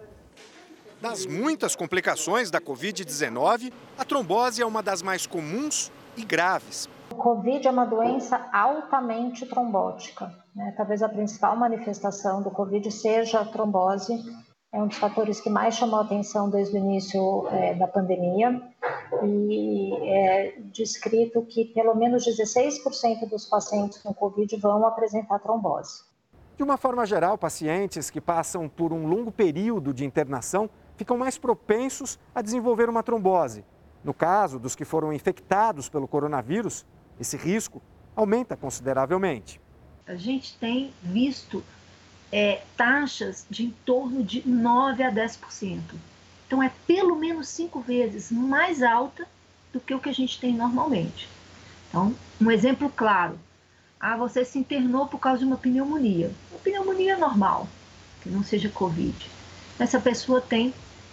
Das muitas complicações da covid dezenove, a trombose é uma das mais comuns e graves. O Covid é uma doença altamente trombótica, né? Talvez a principal manifestação do Covid seja a trombose. É um dos fatores que mais chamou a atenção desde o início é, da pandemia. E é descrito que pelo menos dezesseis por cento dos pacientes com Covid vão apresentar trombose. De uma forma geral, pacientes que passam por um longo período de internação ficam mais propensos a desenvolver uma trombose. No caso dos que foram infectados pelo coronavírus, esse risco aumenta consideravelmente. A gente tem visto é, taxas de em torno de nove a dez por cento. Então é pelo menos cinco vezes mais alta do que o que a gente tem normalmente. Então, um exemplo claro. Ah, você se internou por causa de uma pneumonia. Uma pneumonia normal, que não seja Covid. Essa pessoa tem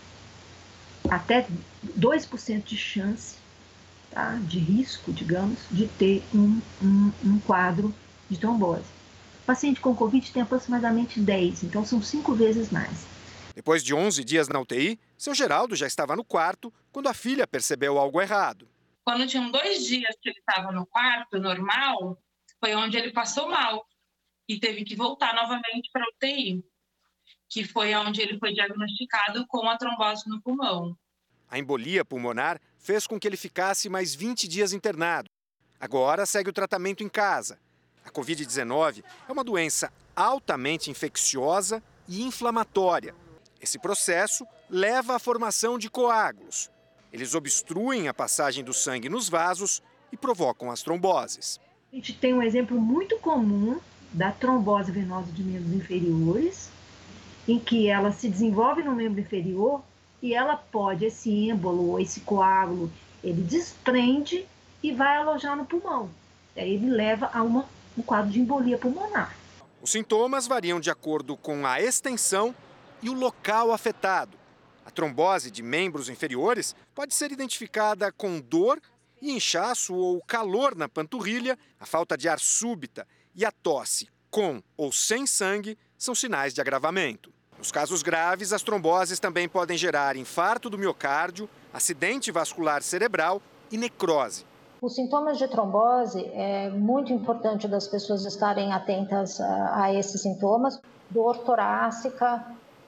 até dois por cento de chance, tá, de risco, digamos, de ter um, um, um quadro de trombose. O paciente com Covid tem aproximadamente dez, então são cinco vezes mais. Depois de onze dias na U T I, seu Geraldo já estava no quarto quando a filha percebeu algo errado. Quando tinham dois dias que ele estava no quarto normal, foi onde ele passou mal. e teve que voltar novamente para a U T I, que foi onde ele foi diagnosticado com a trombose no pulmão. A embolia pulmonar fez com que ele ficasse mais vinte dias internado. Agora segue o tratamento em casa. A covid dezenove é uma doença altamente infecciosa e inflamatória. Esse processo leva à formação de coágulos. Eles obstruem a passagem do sangue nos vasos e provocam as tromboses. A gente tem um exemplo muito comum da trombose venosa de membros inferiores, em que ela se desenvolve no membro inferior e ela pode, esse êmbolo ou esse coágulo, ele desprende e vai alojar no pulmão. Aí ele leva a uma, um quadro de embolia pulmonar. Os sintomas variam de acordo com a extensão e o local afetado. A trombose de membros inferiores pode ser identificada com dor e inchaço ou calor na panturrilha, a falta de ar súbita e a tosse com ou sem sangue são sinais de agravamento. Nos casos graves, as tromboses também podem gerar infarto do miocárdio, acidente vascular cerebral e necrose. Os sintomas de trombose, é muito importante das pessoas estarem atentas a, a esses sintomas. Dor torácica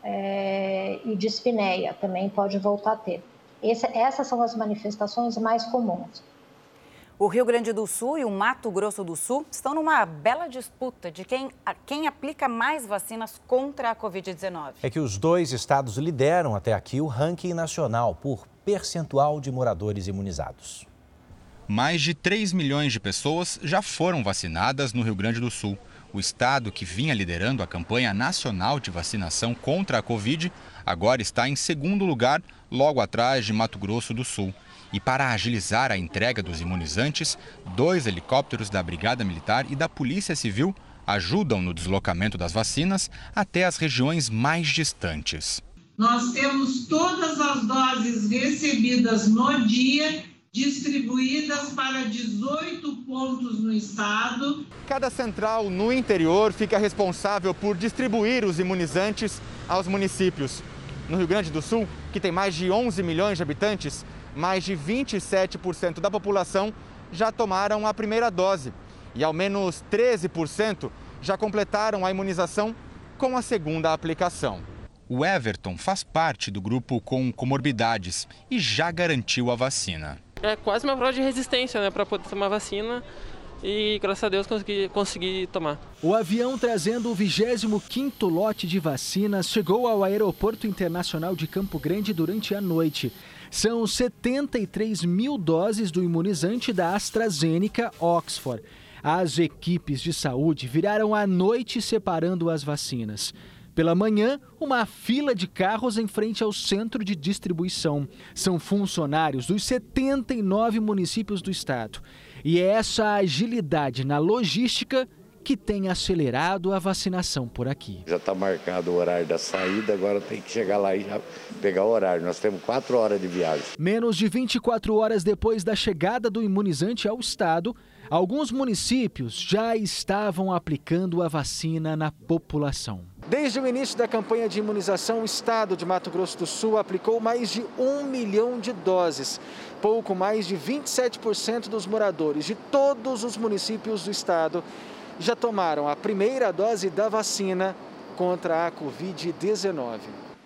é, e dispneia também pode voltar a ter. Esse, essas são as manifestações mais comuns. O Rio Grande do Sul e o Mato Grosso do Sul estão numa bela disputa de quem, quem aplica mais vacinas contra a covid dezenove. É que os dois estados lideram até aqui o ranking nacional por percentual de moradores imunizados. Mais de três milhões de pessoas já foram vacinadas no Rio Grande do Sul. O estado, que vinha liderando a campanha nacional de vacinação contra a Covid, agora está em segundo lugar, logo atrás de Mato Grosso do Sul. E para agilizar a entrega dos imunizantes, dois helicópteros da Brigada Militar e da Polícia Civil ajudam no deslocamento das vacinas até as regiões mais distantes. Nós temos todas as doses recebidas no dia, distribuídas para dezoito pontos no estado. Cada central no interior fica responsável por distribuir os imunizantes aos municípios. No Rio Grande do Sul, que tem mais de onze milhões de habitantes, mais de vinte e sete por cento da população já tomaram a primeira dose e ao menos treze por cento já completaram a imunização com a segunda aplicação. O Everton faz parte do grupo com comorbidades e já garantiu a vacina. É quase uma prova de resistência, né, para poder tomar vacina e, graças a Deus, consegui, consegui tomar. O avião trazendo o vigésimo quinto lote de vacinas chegou ao Aeroporto Internacional de Campo Grande durante a noite. São setenta e três mil doses do imunizante da AstraZeneca Oxford. As equipes de saúde viraram a noite separando as vacinas. Pela manhã, uma fila de carros em frente ao centro de distribuição. São funcionários dos setenta e nove municípios do estado. E é essa agilidade na logística que tem acelerado a vacinação por aqui. Já está marcado o horário da saída, agora tem que chegar lá e já pegar o horário. Nós temos quatro horas de viagem. Menos de vinte e quatro horas depois da chegada do imunizante ao estado, alguns municípios já estavam aplicando a vacina na população. Desde o início da campanha de imunização, o estado de Mato Grosso do Sul aplicou mais de um milhão de doses. Pouco mais de vinte e sete por cento dos moradores de todos os municípios do estado já tomaram a primeira dose da vacina contra a covid dezenove.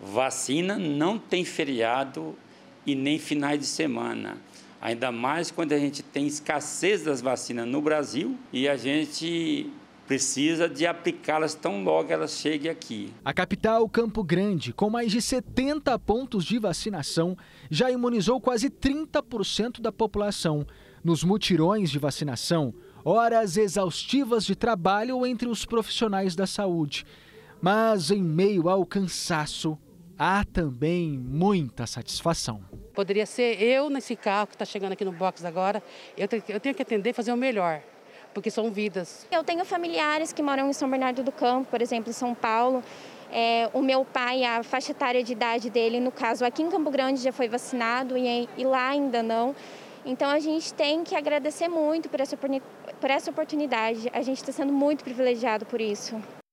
Vacina não tem feriado e nem finais de semana. Ainda mais quando a gente tem escassez das vacinas no Brasil e a gente precisa de aplicá-las tão logo elas cheguem aqui. A capital, Campo Grande, com mais de setenta pontos de vacinação, já imunizou quase trinta por cento da população. Nos mutirões de vacinação, horas exaustivas de trabalho entre os profissionais da saúde. Mas, em meio ao cansaço, há também muita satisfação. Poderia ser eu nesse carro que está chegando aqui no box agora, eu tenho que atender e fazer o melhor, porque são vidas. Eu tenho familiares que moram em São Bernardo do Campo, por exemplo, em São Paulo. É, o meu pai, a faixa etária de idade dele, no caso aqui em Campo Grande, já foi vacinado e, e lá ainda não. Então a gente tem que agradecer muito por essa, por essa oportunidade. A gente está sendo muito privilegiado por isso.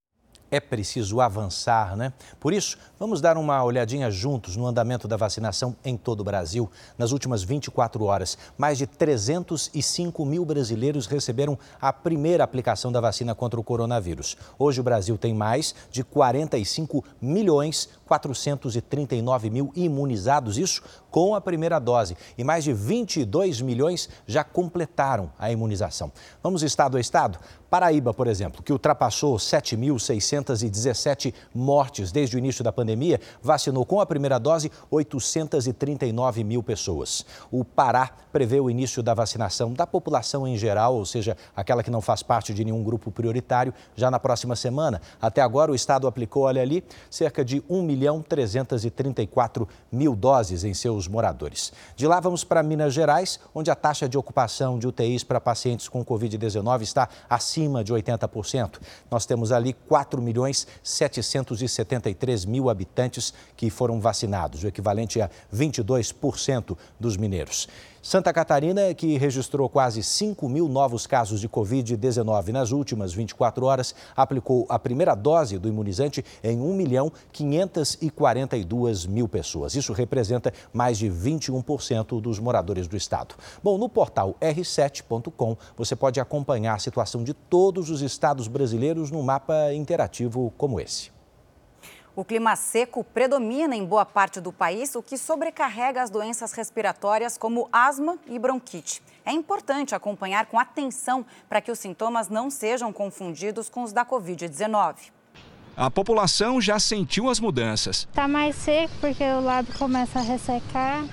É preciso avançar, né? Por isso, vamos dar uma olhadinha juntos no andamento da vacinação em todo o Brasil. Nas últimas vinte e quatro horas, mais de trezentos e cinco mil brasileiros receberam a primeira aplicação da vacina contra o coronavírus. Hoje o Brasil tem mais de quarenta e cinco milhões quatrocentos e trinta e nove mil imunizados, isso com a primeira dose. E mais de vinte e dois milhões já completaram a imunização. Vamos estado a estado? Paraíba, por exemplo, que ultrapassou sete mil seiscentas e dezessete mortes desde o início da pandemia, vacinou com a primeira dose oitocentas e trinta e nove mil pessoas. O Pará prevê o início da vacinação da população em geral, ou seja, aquela que não faz parte de nenhum grupo prioritário, já na próxima semana. Até agora, o estado aplicou, olha ali, cerca de um milhão trezentas e trinta e quatro mil doses em seus moradores. De lá, vamos para Minas Gerais, onde a taxa de ocupação de U T Is para pacientes com covid dezenove está acima de oitenta por cento. Nós temos ali quatro milhões setecentos e setenta e três mil habitantes que foram vacinados, o equivalente a vinte e dois por cento dos mineiros. Santa Catarina, que registrou quase cinco mil novos casos de covid dezenove nas últimas vinte e quatro horas, aplicou a primeira dose do imunizante em um milhão quinhentas e quarenta e duas mil pessoas. Isso representa mais de vinte e um por cento dos moradores do estado. Bom, no portal erre sete ponto com você pode acompanhar a situação de todos os estados brasileiros num mapa interativo como esse. O clima seco predomina em boa parte do país, o que sobrecarrega as doenças respiratórias como asma e bronquite. É importante acompanhar com atenção para que os sintomas não sejam confundidos com os da covid dezenove. A população já sentiu as mudanças. Está mais seco porque o lábio começa a ressecar,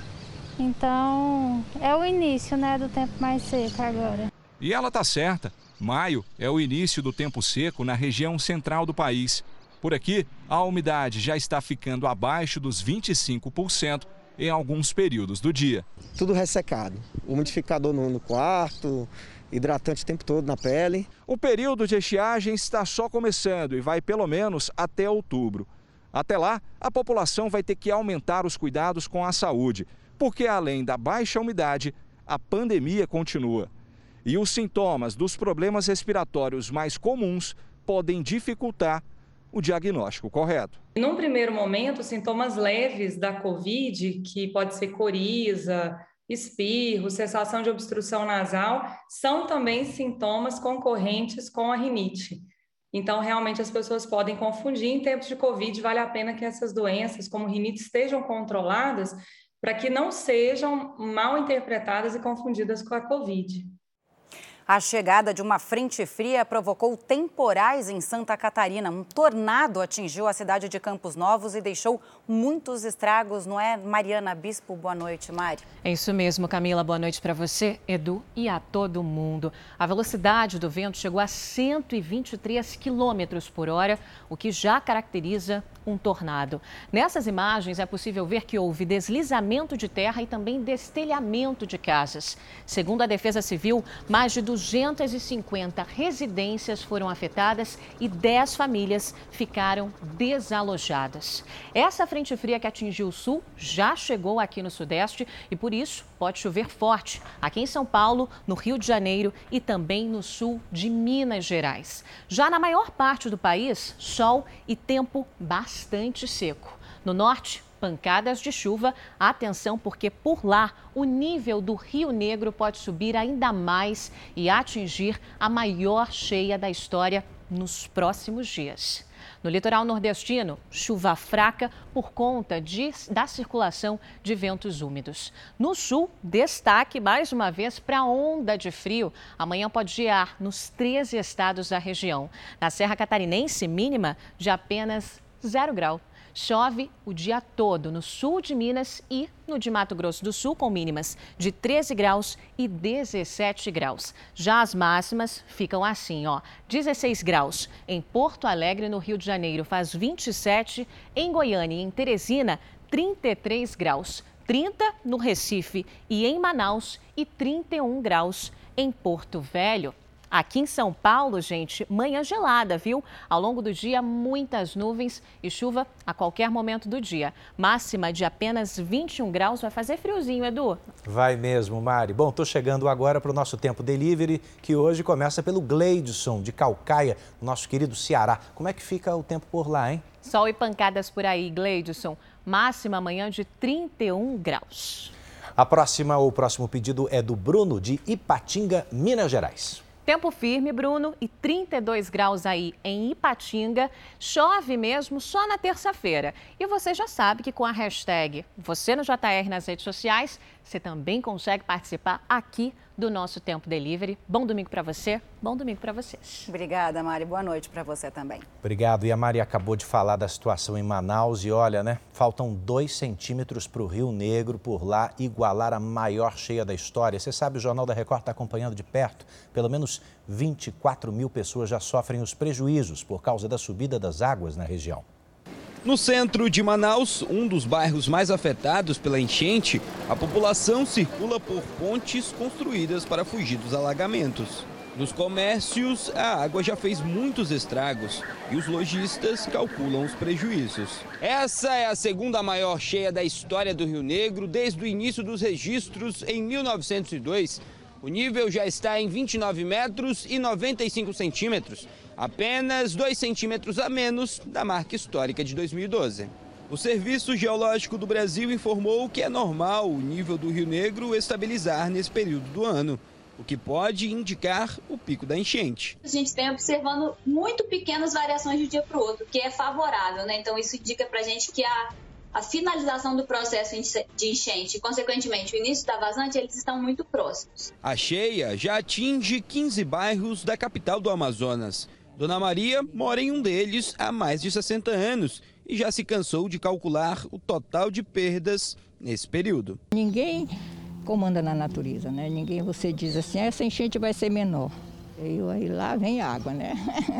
então é o início, né, do tempo mais seco agora. E ela está certa. Maio é o início do tempo seco na região central do país. Por aqui, a umidade já está ficando abaixo dos vinte e cinco por cento em alguns períodos do dia. Tudo ressecado, umidificador no, no quarto, hidratante o tempo todo na pele. O período de estiagem está só começando e vai pelo menos até outubro. Até lá, a população vai ter que aumentar os cuidados com a saúde, porque além da baixa umidade, a pandemia continua. E os sintomas dos problemas respiratórios mais comuns podem dificultar o diagnóstico correto. Num primeiro momento, sintomas leves da Covid, que pode ser coriza, espirro, sensação de obstrução nasal, são também sintomas concorrentes com a rinite. Então, realmente, as pessoas podem confundir. Em tempos de Covid, vale a pena que essas doenças, como rinite, estejam controladas para que não sejam mal interpretadas e confundidas com a Covid. A chegada de uma frente fria provocou temporais em Santa Catarina. Um tornado atingiu a cidade de Campos Novos e deixou muitos estragos, não é, Mariana Bispo? Boa noite, Mari. É isso mesmo, Camila. Boa noite para você, Edu, e a todo mundo. A velocidade do vento chegou a cento e vinte e três quilômetros por hora, o que já caracteriza um tornado. Nessas imagens é possível ver que houve deslizamento de terra e também destelhamento de casas. Segundo a Defesa Civil, mais de duzentas e cinquenta residências foram afetadas e dez famílias ficaram desalojadas. Essa frente fria que atingiu o sul já chegou aqui no sudeste e por isso pode chover forte aqui em São Paulo, no Rio de Janeiro e também no sul de Minas Gerais. Já na maior parte do país, sol e tempo bastante seco. No norte, pancadas de chuva. Atenção, porque por lá o nível do Rio Negro pode subir ainda mais e atingir a maior cheia da história nos próximos dias. No litoral nordestino, chuva fraca por conta de, da circulação de ventos úmidos. No sul, destaque mais uma vez para a onda de frio. Amanhã pode gear nos treze estados da região. Na Serra Catarinense, mínima de apenas zero grau. Chove o dia todo no sul de Minas e no de Mato Grosso do Sul, com mínimas de treze graus e dezessete graus. Já as máximas ficam assim, ó, dezesseis graus em Porto Alegre, no Rio de Janeiro, faz vinte e sete, em Goiânia e em Teresina, trinta e três graus, trinta no Recife e em Manaus e trinta e um graus em Porto Velho. Aqui em São Paulo, gente, manhã gelada, viu? Ao longo do dia, muitas nuvens e chuva a qualquer momento do dia. Máxima de apenas vinte e um graus, vai fazer friozinho, Edu. Vai mesmo, Mari. Bom, tô chegando agora para o nosso Tempo Delivery, que hoje começa pelo Gleidson, de Caucaia, nosso querido Ceará. Como é que fica o tempo por lá, hein? Sol e pancadas por aí, Gleidson. Máxima amanhã de trinta e um graus. A próxima, ou o próximo pedido é do Bruno, de Ipatinga, Minas Gerais. Tempo firme, Bruno, e trinta e dois graus aí em Ipatinga. Chove mesmo só na terça-feira. E você já sabe que com a hashtag Você no J R nas redes sociais, você também consegue participar aqui do nosso Tempo Delivery. Bom domingo para você, bom domingo para vocês. Obrigada, Mari. Boa noite para você também. Obrigado. E a Mari acabou de falar da situação em Manaus e olha, né? Faltam dois centímetros para o Rio Negro por lá igualar a maior cheia da história. Você sabe, o Jornal da Record está acompanhando de perto. Pelo menos vinte e quatro mil pessoas já sofrem os prejuízos por causa da subida das águas na região. No centro de Manaus, um dos bairros mais afetados pela enchente, a população circula por pontes construídas para fugir dos alagamentos. Nos comércios, a água já fez muitos estragos e os lojistas calculam os prejuízos. Essa é a segunda maior cheia da história do Rio Negro desde o início dos registros em mil novecentos e dois. O nível já está em vinte e nove metros e noventa e cinco centímetros, apenas dois centímetros a menos da marca histórica de dois mil e doze. O Serviço Geológico do Brasil informou que é normal o nível do Rio Negro estabilizar nesse período do ano, o que pode indicar o pico da enchente. A gente vem observando muito pequenas variações de um dia para o outro, que é favorável, né? Então isso indica para a gente que a A finalização do processo de enchente e, consequentemente, o início da vazante, eles estão muito próximos. A cheia já atinge quinze bairros da capital do Amazonas. Dona Maria mora em um deles há mais de sessenta anos e já se cansou de calcular o total de perdas nesse período. Ninguém comanda na natureza, né? Ninguém, você diz assim, essa enchente vai ser menor. E aí lá vem água, né?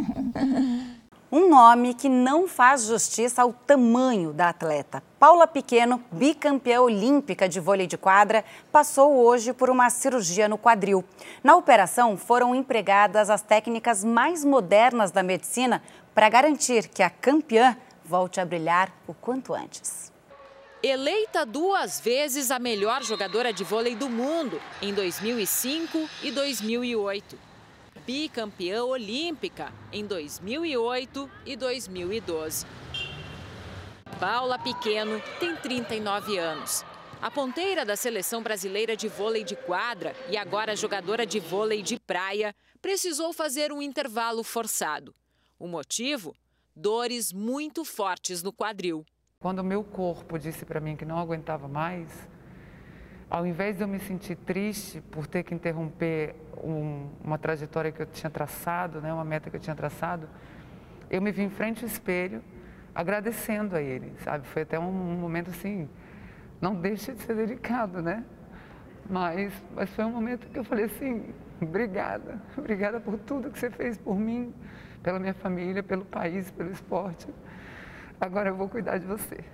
Um nome que não faz justiça ao tamanho da atleta. Paula Pequeno, bicampeã olímpica de vôlei de quadra, passou hoje por uma cirurgia no quadril. Na operação, foram empregadas as técnicas mais modernas da medicina para garantir que a campeã volte a brilhar o quanto antes. Eleita duas vezes a melhor jogadora de vôlei do mundo, em dois mil e cinco e dois mil e oito. Bicampeã olímpica em dois mil e oito e dois mil e doze. Paula Pequeno tem trinta e nove anos. A ponteira da seleção brasileira de vôlei de quadra e agora jogadora de vôlei de praia precisou fazer um intervalo forçado. O motivo? Dores muito fortes no quadril. Quando o meu corpo disse para mim que não aguentava mais, ao invés de eu me sentir triste por ter que interromper um, uma trajetória que eu tinha traçado, né, uma meta que eu tinha traçado, eu me vi em frente ao espelho, agradecendo a ele, sabe? Foi até um, um momento assim, não deixa de ser delicado, né? Mas, mas foi um momento que eu falei assim, obrigada, obrigada por tudo que você fez por mim, pela minha família, pelo país, pelo esporte. Agora eu vou cuidar de você.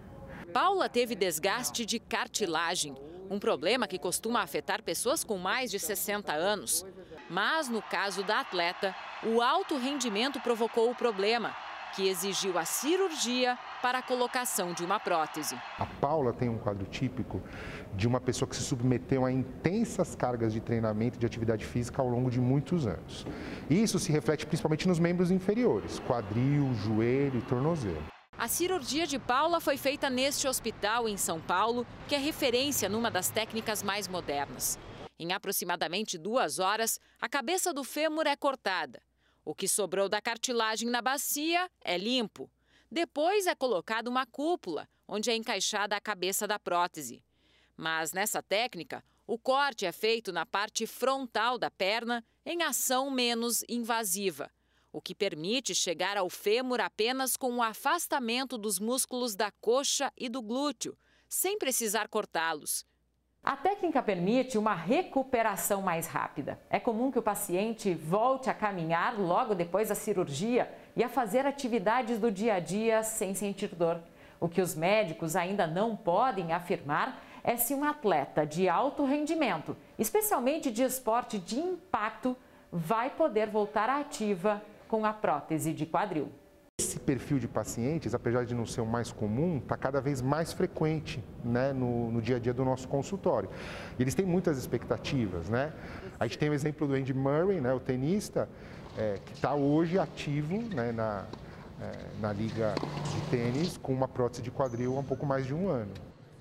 Paula teve desgaste de cartilagem, um problema que costuma afetar pessoas com mais de sessenta anos. Mas, no caso da atleta, o alto rendimento provocou o problema, que exigiu a cirurgia para a colocação de uma prótese. A Paula tem um quadro típico de uma pessoa que se submeteu a intensas cargas de treinamento e de atividade física ao longo de muitos anos. Isso se reflete principalmente nos membros inferiores, quadril, joelho e tornozelo. A cirurgia de Paula foi feita neste hospital em São Paulo, que é referência numa das técnicas mais modernas. Em aproximadamente duas horas, a cabeça do fêmur é cortada. O que sobrou da cartilagem na bacia é limpo. Depois é colocada uma cúpula, onde é encaixada a cabeça da prótese. Mas nessa técnica, o corte é feito na parte frontal da perna em ação menos invasiva, o que permite chegar ao fêmur apenas com o afastamento dos músculos da coxa e do glúteo, sem precisar cortá-los. A técnica permite uma recuperação mais rápida. É comum que o paciente volte a caminhar logo depois da cirurgia e a fazer atividades do dia a dia sem sentir dor. O que os médicos ainda não podem afirmar é se um atleta de alto rendimento, especialmente de esporte de impacto, vai poder voltar ativa com a prótese de quadril. Esse perfil de pacientes, apesar de não ser o mais comum, está cada vez mais frequente, né, no, no dia a dia do nosso consultório. E eles têm muitas expectativas, né? A gente tem o exemplo do Andy Murray, né, o tenista, é, que está hoje ativo, né, na, é, na liga de tênis com uma prótese de quadril há um pouco mais de um ano.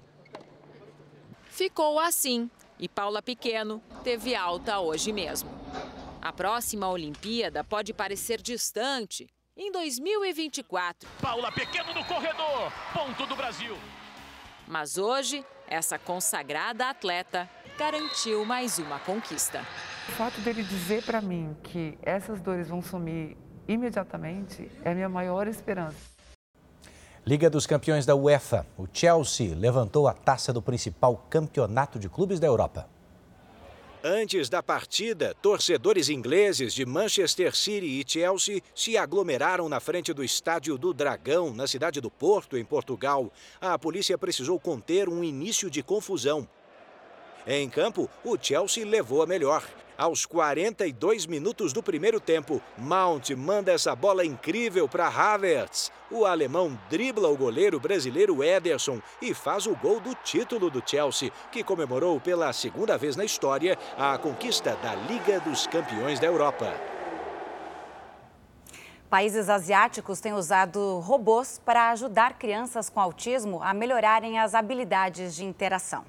Ficou assim e Paula Pequeno teve alta hoje mesmo. A próxima Olimpíada pode parecer distante. Em dois mil e vinte e quatro. Paula Pequeno no corredor, ponto do Brasil. Mas hoje, essa consagrada atleta garantiu mais uma conquista. O fato dele dizer para mim que essas dores vão sumir imediatamente é a minha maior esperança. Liga dos Campeões da UEFA. O Chelsea levantou a taça do principal campeonato de clubes da Europa. Antes da partida, torcedores ingleses de Manchester City e Chelsea se aglomeraram na frente do Estádio do Dragão, na cidade do Porto, em Portugal. A polícia precisou conter um início de confusão. Em campo, o Chelsea levou a melhor. Aos quarenta e dois minutos do primeiro tempo, Mount manda essa bola incrível para Havertz. O alemão dribla o goleiro brasileiro Ederson e faz o gol do título do Chelsea, que comemorou pela segunda vez na história a conquista da Liga dos Campeões da Europa. Países asiáticos têm usado robôs para ajudar crianças com autismo a melhorarem as habilidades de interação.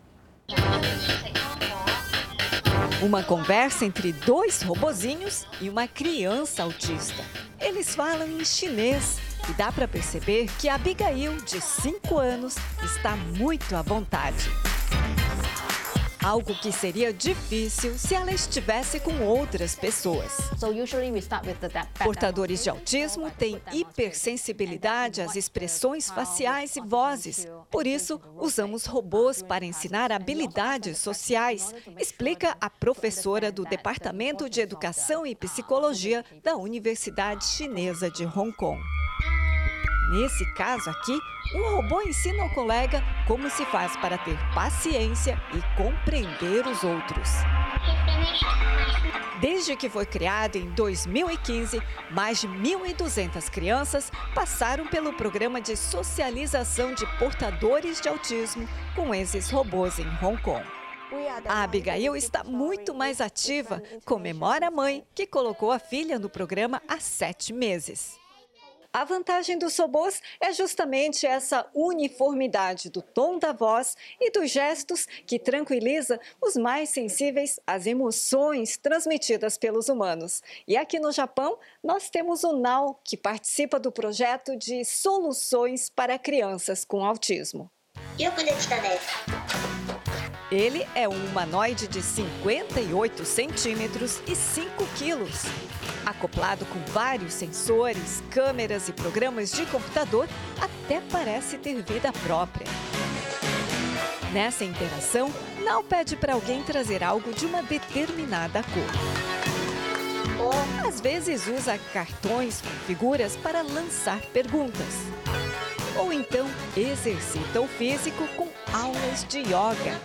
Uma conversa entre dois robozinhos e uma criança autista. Eles falam em chinês e dá para perceber que a Abigail, de cinco anos, está muito à vontade. Algo que seria difícil se ela estivesse com outras pessoas. Portadores de autismo têm hipersensibilidade às expressões faciais e vozes. Por isso, usamos robôs para ensinar habilidades sociais, explica a professora do Departamento de Educação e Psicologia da Universidade Chinesa de Hong Kong. Nesse caso aqui, um robô ensina ao colega como se faz para ter paciência e compreender os outros. Desde que foi criado em dois mil e quinze, mais de mil e duzentas crianças passaram pelo programa de socialização de portadores de autismo com esses robôs em Hong Kong. A Abigail está muito mais ativa, comemora a mãe que colocou a filha no programa há sete meses. A vantagem dos robôs é justamente essa uniformidade do tom da voz e dos gestos que tranquiliza os mais sensíveis às emoções transmitidas pelos humanos. E aqui no Japão, nós temos o Nao, que participa do projeto de soluções para crianças com autismo. Ele é um humanoide de cinquenta e oito centímetros e cinco quilos. Acoplado com vários sensores, câmeras e programas de computador, até parece ter vida própria. Nessa interação, Nao pede para alguém trazer algo de uma determinada cor. Às vezes usa cartões com figuras para lançar perguntas. Ou então exercita o físico com aulas de yoga.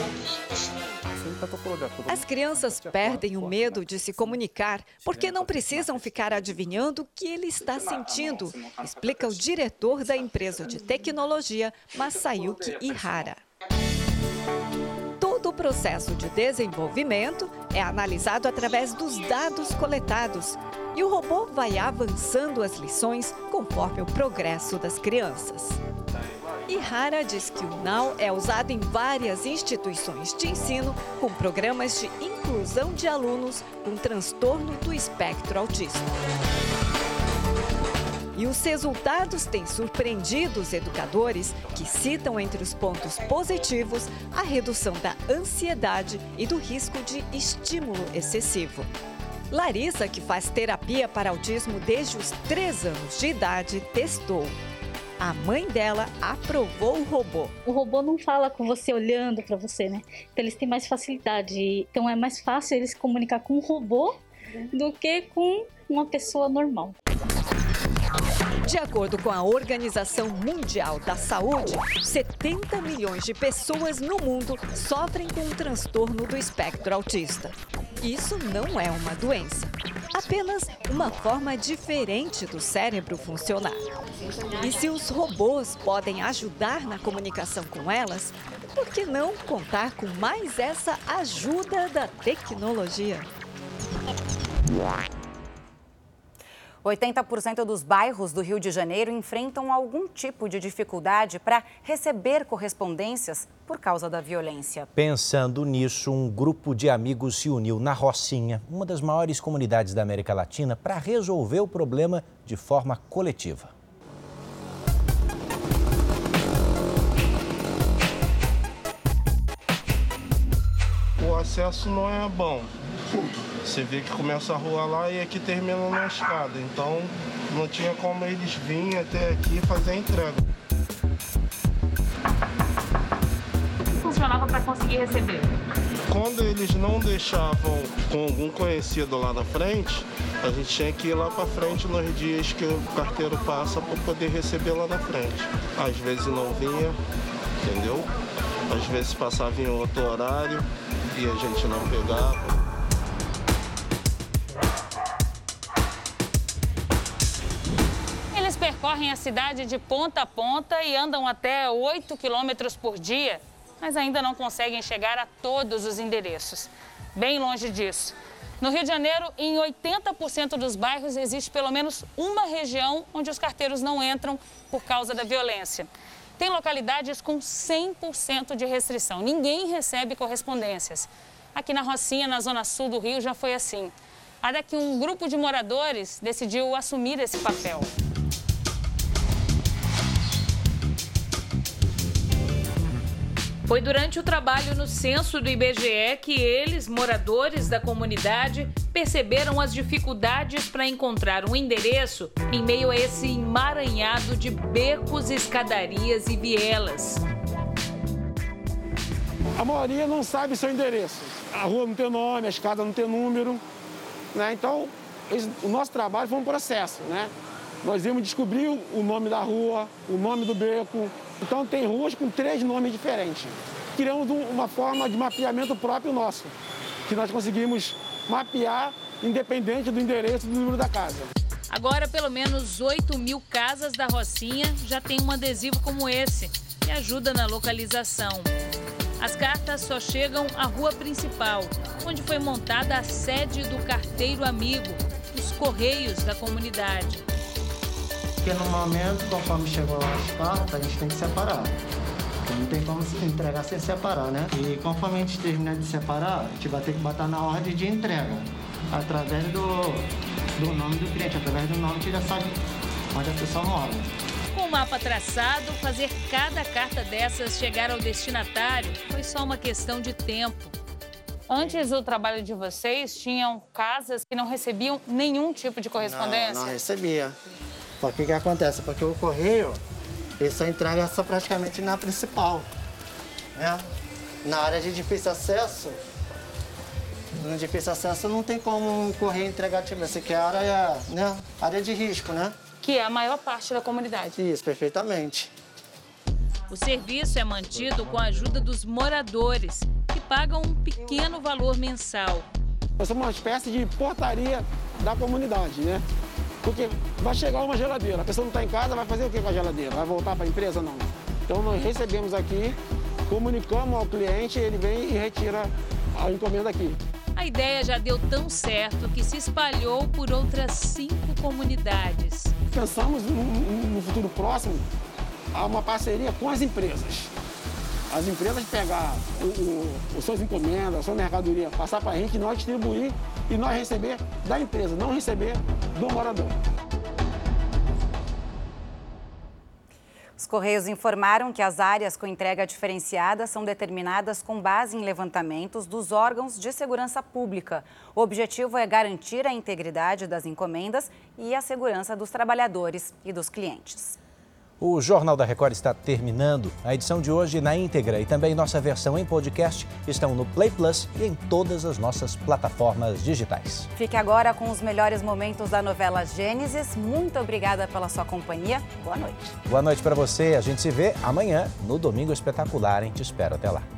As crianças perdem o medo de se comunicar porque não precisam ficar adivinhando o que ele está sentindo, explica o diretor da empresa de tecnologia, Masayuki Ihara. Todo o processo de desenvolvimento é analisado através dos dados coletados e o robô vai avançando as lições conforme o progresso das crianças. Ihara diz que o Nao é usado em várias instituições de ensino com programas de inclusão de alunos com transtorno do espectro autista. E os resultados têm surpreendido os educadores, que citam entre os pontos positivos a redução da ansiedade e do risco de estímulo excessivo. Larissa, que faz terapia para autismo desde os três anos de idade, testou. A mãe dela aprovou o robô. O robô não fala com você olhando para você, né? Então eles têm mais facilidade. Então é mais fácil eles se comunicar com um robô do que com uma pessoa normal. De acordo com a Organização Mundial da Saúde, setenta milhões de pessoas no mundo sofrem com um transtorno do espectro autista. Isso não é uma doença, apenas uma forma diferente do cérebro funcionar. E se os robôs podem ajudar na comunicação com elas, por que não contar com mais essa ajuda da tecnologia? oitenta por cento dos bairros do Rio de Janeiro enfrentam algum tipo de dificuldade para receber correspondências por causa da violência. Pensando nisso, um grupo de amigos se uniu na Rocinha, uma das maiores comunidades da América Latina, para resolver o problema de forma coletiva. O acesso não é bom. Você vê que começa a rua lá e aqui termina na escada. Então não tinha como eles virem até aqui fazer a entrega. Funcionava para conseguir receber? Quando eles não deixavam com algum conhecido lá na frente, a gente tinha que ir lá para frente nos dias que o carteiro passa para poder receber lá na frente. Às vezes não vinha, entendeu? Às vezes passava em outro horário e a gente não pegava. Eles percorrem a cidade de ponta a ponta e andam até oito quilômetros por dia, mas ainda não conseguem chegar a todos os endereços. Bem longe disso. No Rio de Janeiro, em oitenta por cento dos bairros, existe pelo menos uma região onde os carteiros não entram por causa da violência. Tem localidades com cem por cento de restrição. Ninguém recebe correspondências. Aqui na Rocinha, na zona sul do Rio, já foi assim. Até que um grupo de moradores decidiu assumir esse papel. Foi durante o trabalho no censo do I B G E que eles, moradores da comunidade, perceberam as dificuldades para encontrar um endereço em meio a esse emaranhado de becos, escadarias e vielas. A maioria não sabe seu endereço. A rua não tem nome, a escada não tem número, né? Então, o nosso trabalho foi um processo, né? Nós íamos descobrir o nome da rua, o nome do beco. Então, tem ruas com três nomes diferentes. Criamos uma forma de mapeamento próprio nosso, que nós conseguimos mapear independente do endereço e do número da casa. Agora, pelo menos oito mil casas da Rocinha já têm um adesivo como esse, que ajuda na localização. As cartas só chegam à rua principal, onde foi montada a sede do Carteiro Amigo, os Correios da comunidade. Porque no momento, conforme chegou as cartas, a gente tem que separar. Não tem como se entregar sem separar, né? E conforme a gente terminar de separar, a gente vai ter que botar na ordem de entrega, através do, do nome do cliente, através do nome que já sabe onde a pessoa mora. Com o mapa traçado, fazer cada carta dessas chegar ao destinatário foi só uma questão de tempo. Antes do trabalho de vocês, tinham casas que não recebiam nenhum tipo de correspondência? Não, não recebia. Por que que acontece? Porque o correio, ele só entrega só praticamente na principal, né? Na área de difícil acesso, no difícil acesso não tem como o correio entregar, tipo, essa aqui é a área, né? área de risco, né? Que é a maior parte da comunidade. Isso, perfeitamente. O serviço é mantido com a ajuda dos moradores, que pagam um pequeno valor mensal. Nós somos uma espécie de portaria da comunidade, né? Porque vai chegar uma geladeira, a pessoa não está em casa, vai fazer o que com a geladeira? Vai voltar para a empresa? Não. Então nós recebemos aqui, comunicamos ao cliente, ele vem e retira a encomenda aqui. A ideia já deu tão certo que se espalhou por outras cinco comunidades. Pensamos no, no futuro próximo a uma parceria com as empresas. As empresas pegar o, o, os suas encomendas, a sua mercadoria, passar para a gente, nós distribuir e nós receber da empresa, não receber do morador. Os Correios informaram que as áreas com entrega diferenciada são determinadas com base em levantamentos dos órgãos de segurança pública. O objetivo é garantir a integridade das encomendas e a segurança dos trabalhadores e dos clientes. O Jornal da Record está terminando. A edição de hoje na íntegra e também nossa versão em podcast estão no Play Plus e em todas as nossas plataformas digitais. Fique agora com os melhores momentos da novela Gênesis. Muito obrigada pela sua companhia. Boa noite. Boa noite para você. A gente se vê amanhã no Domingo Espetacular, hein? Te espero. Até lá.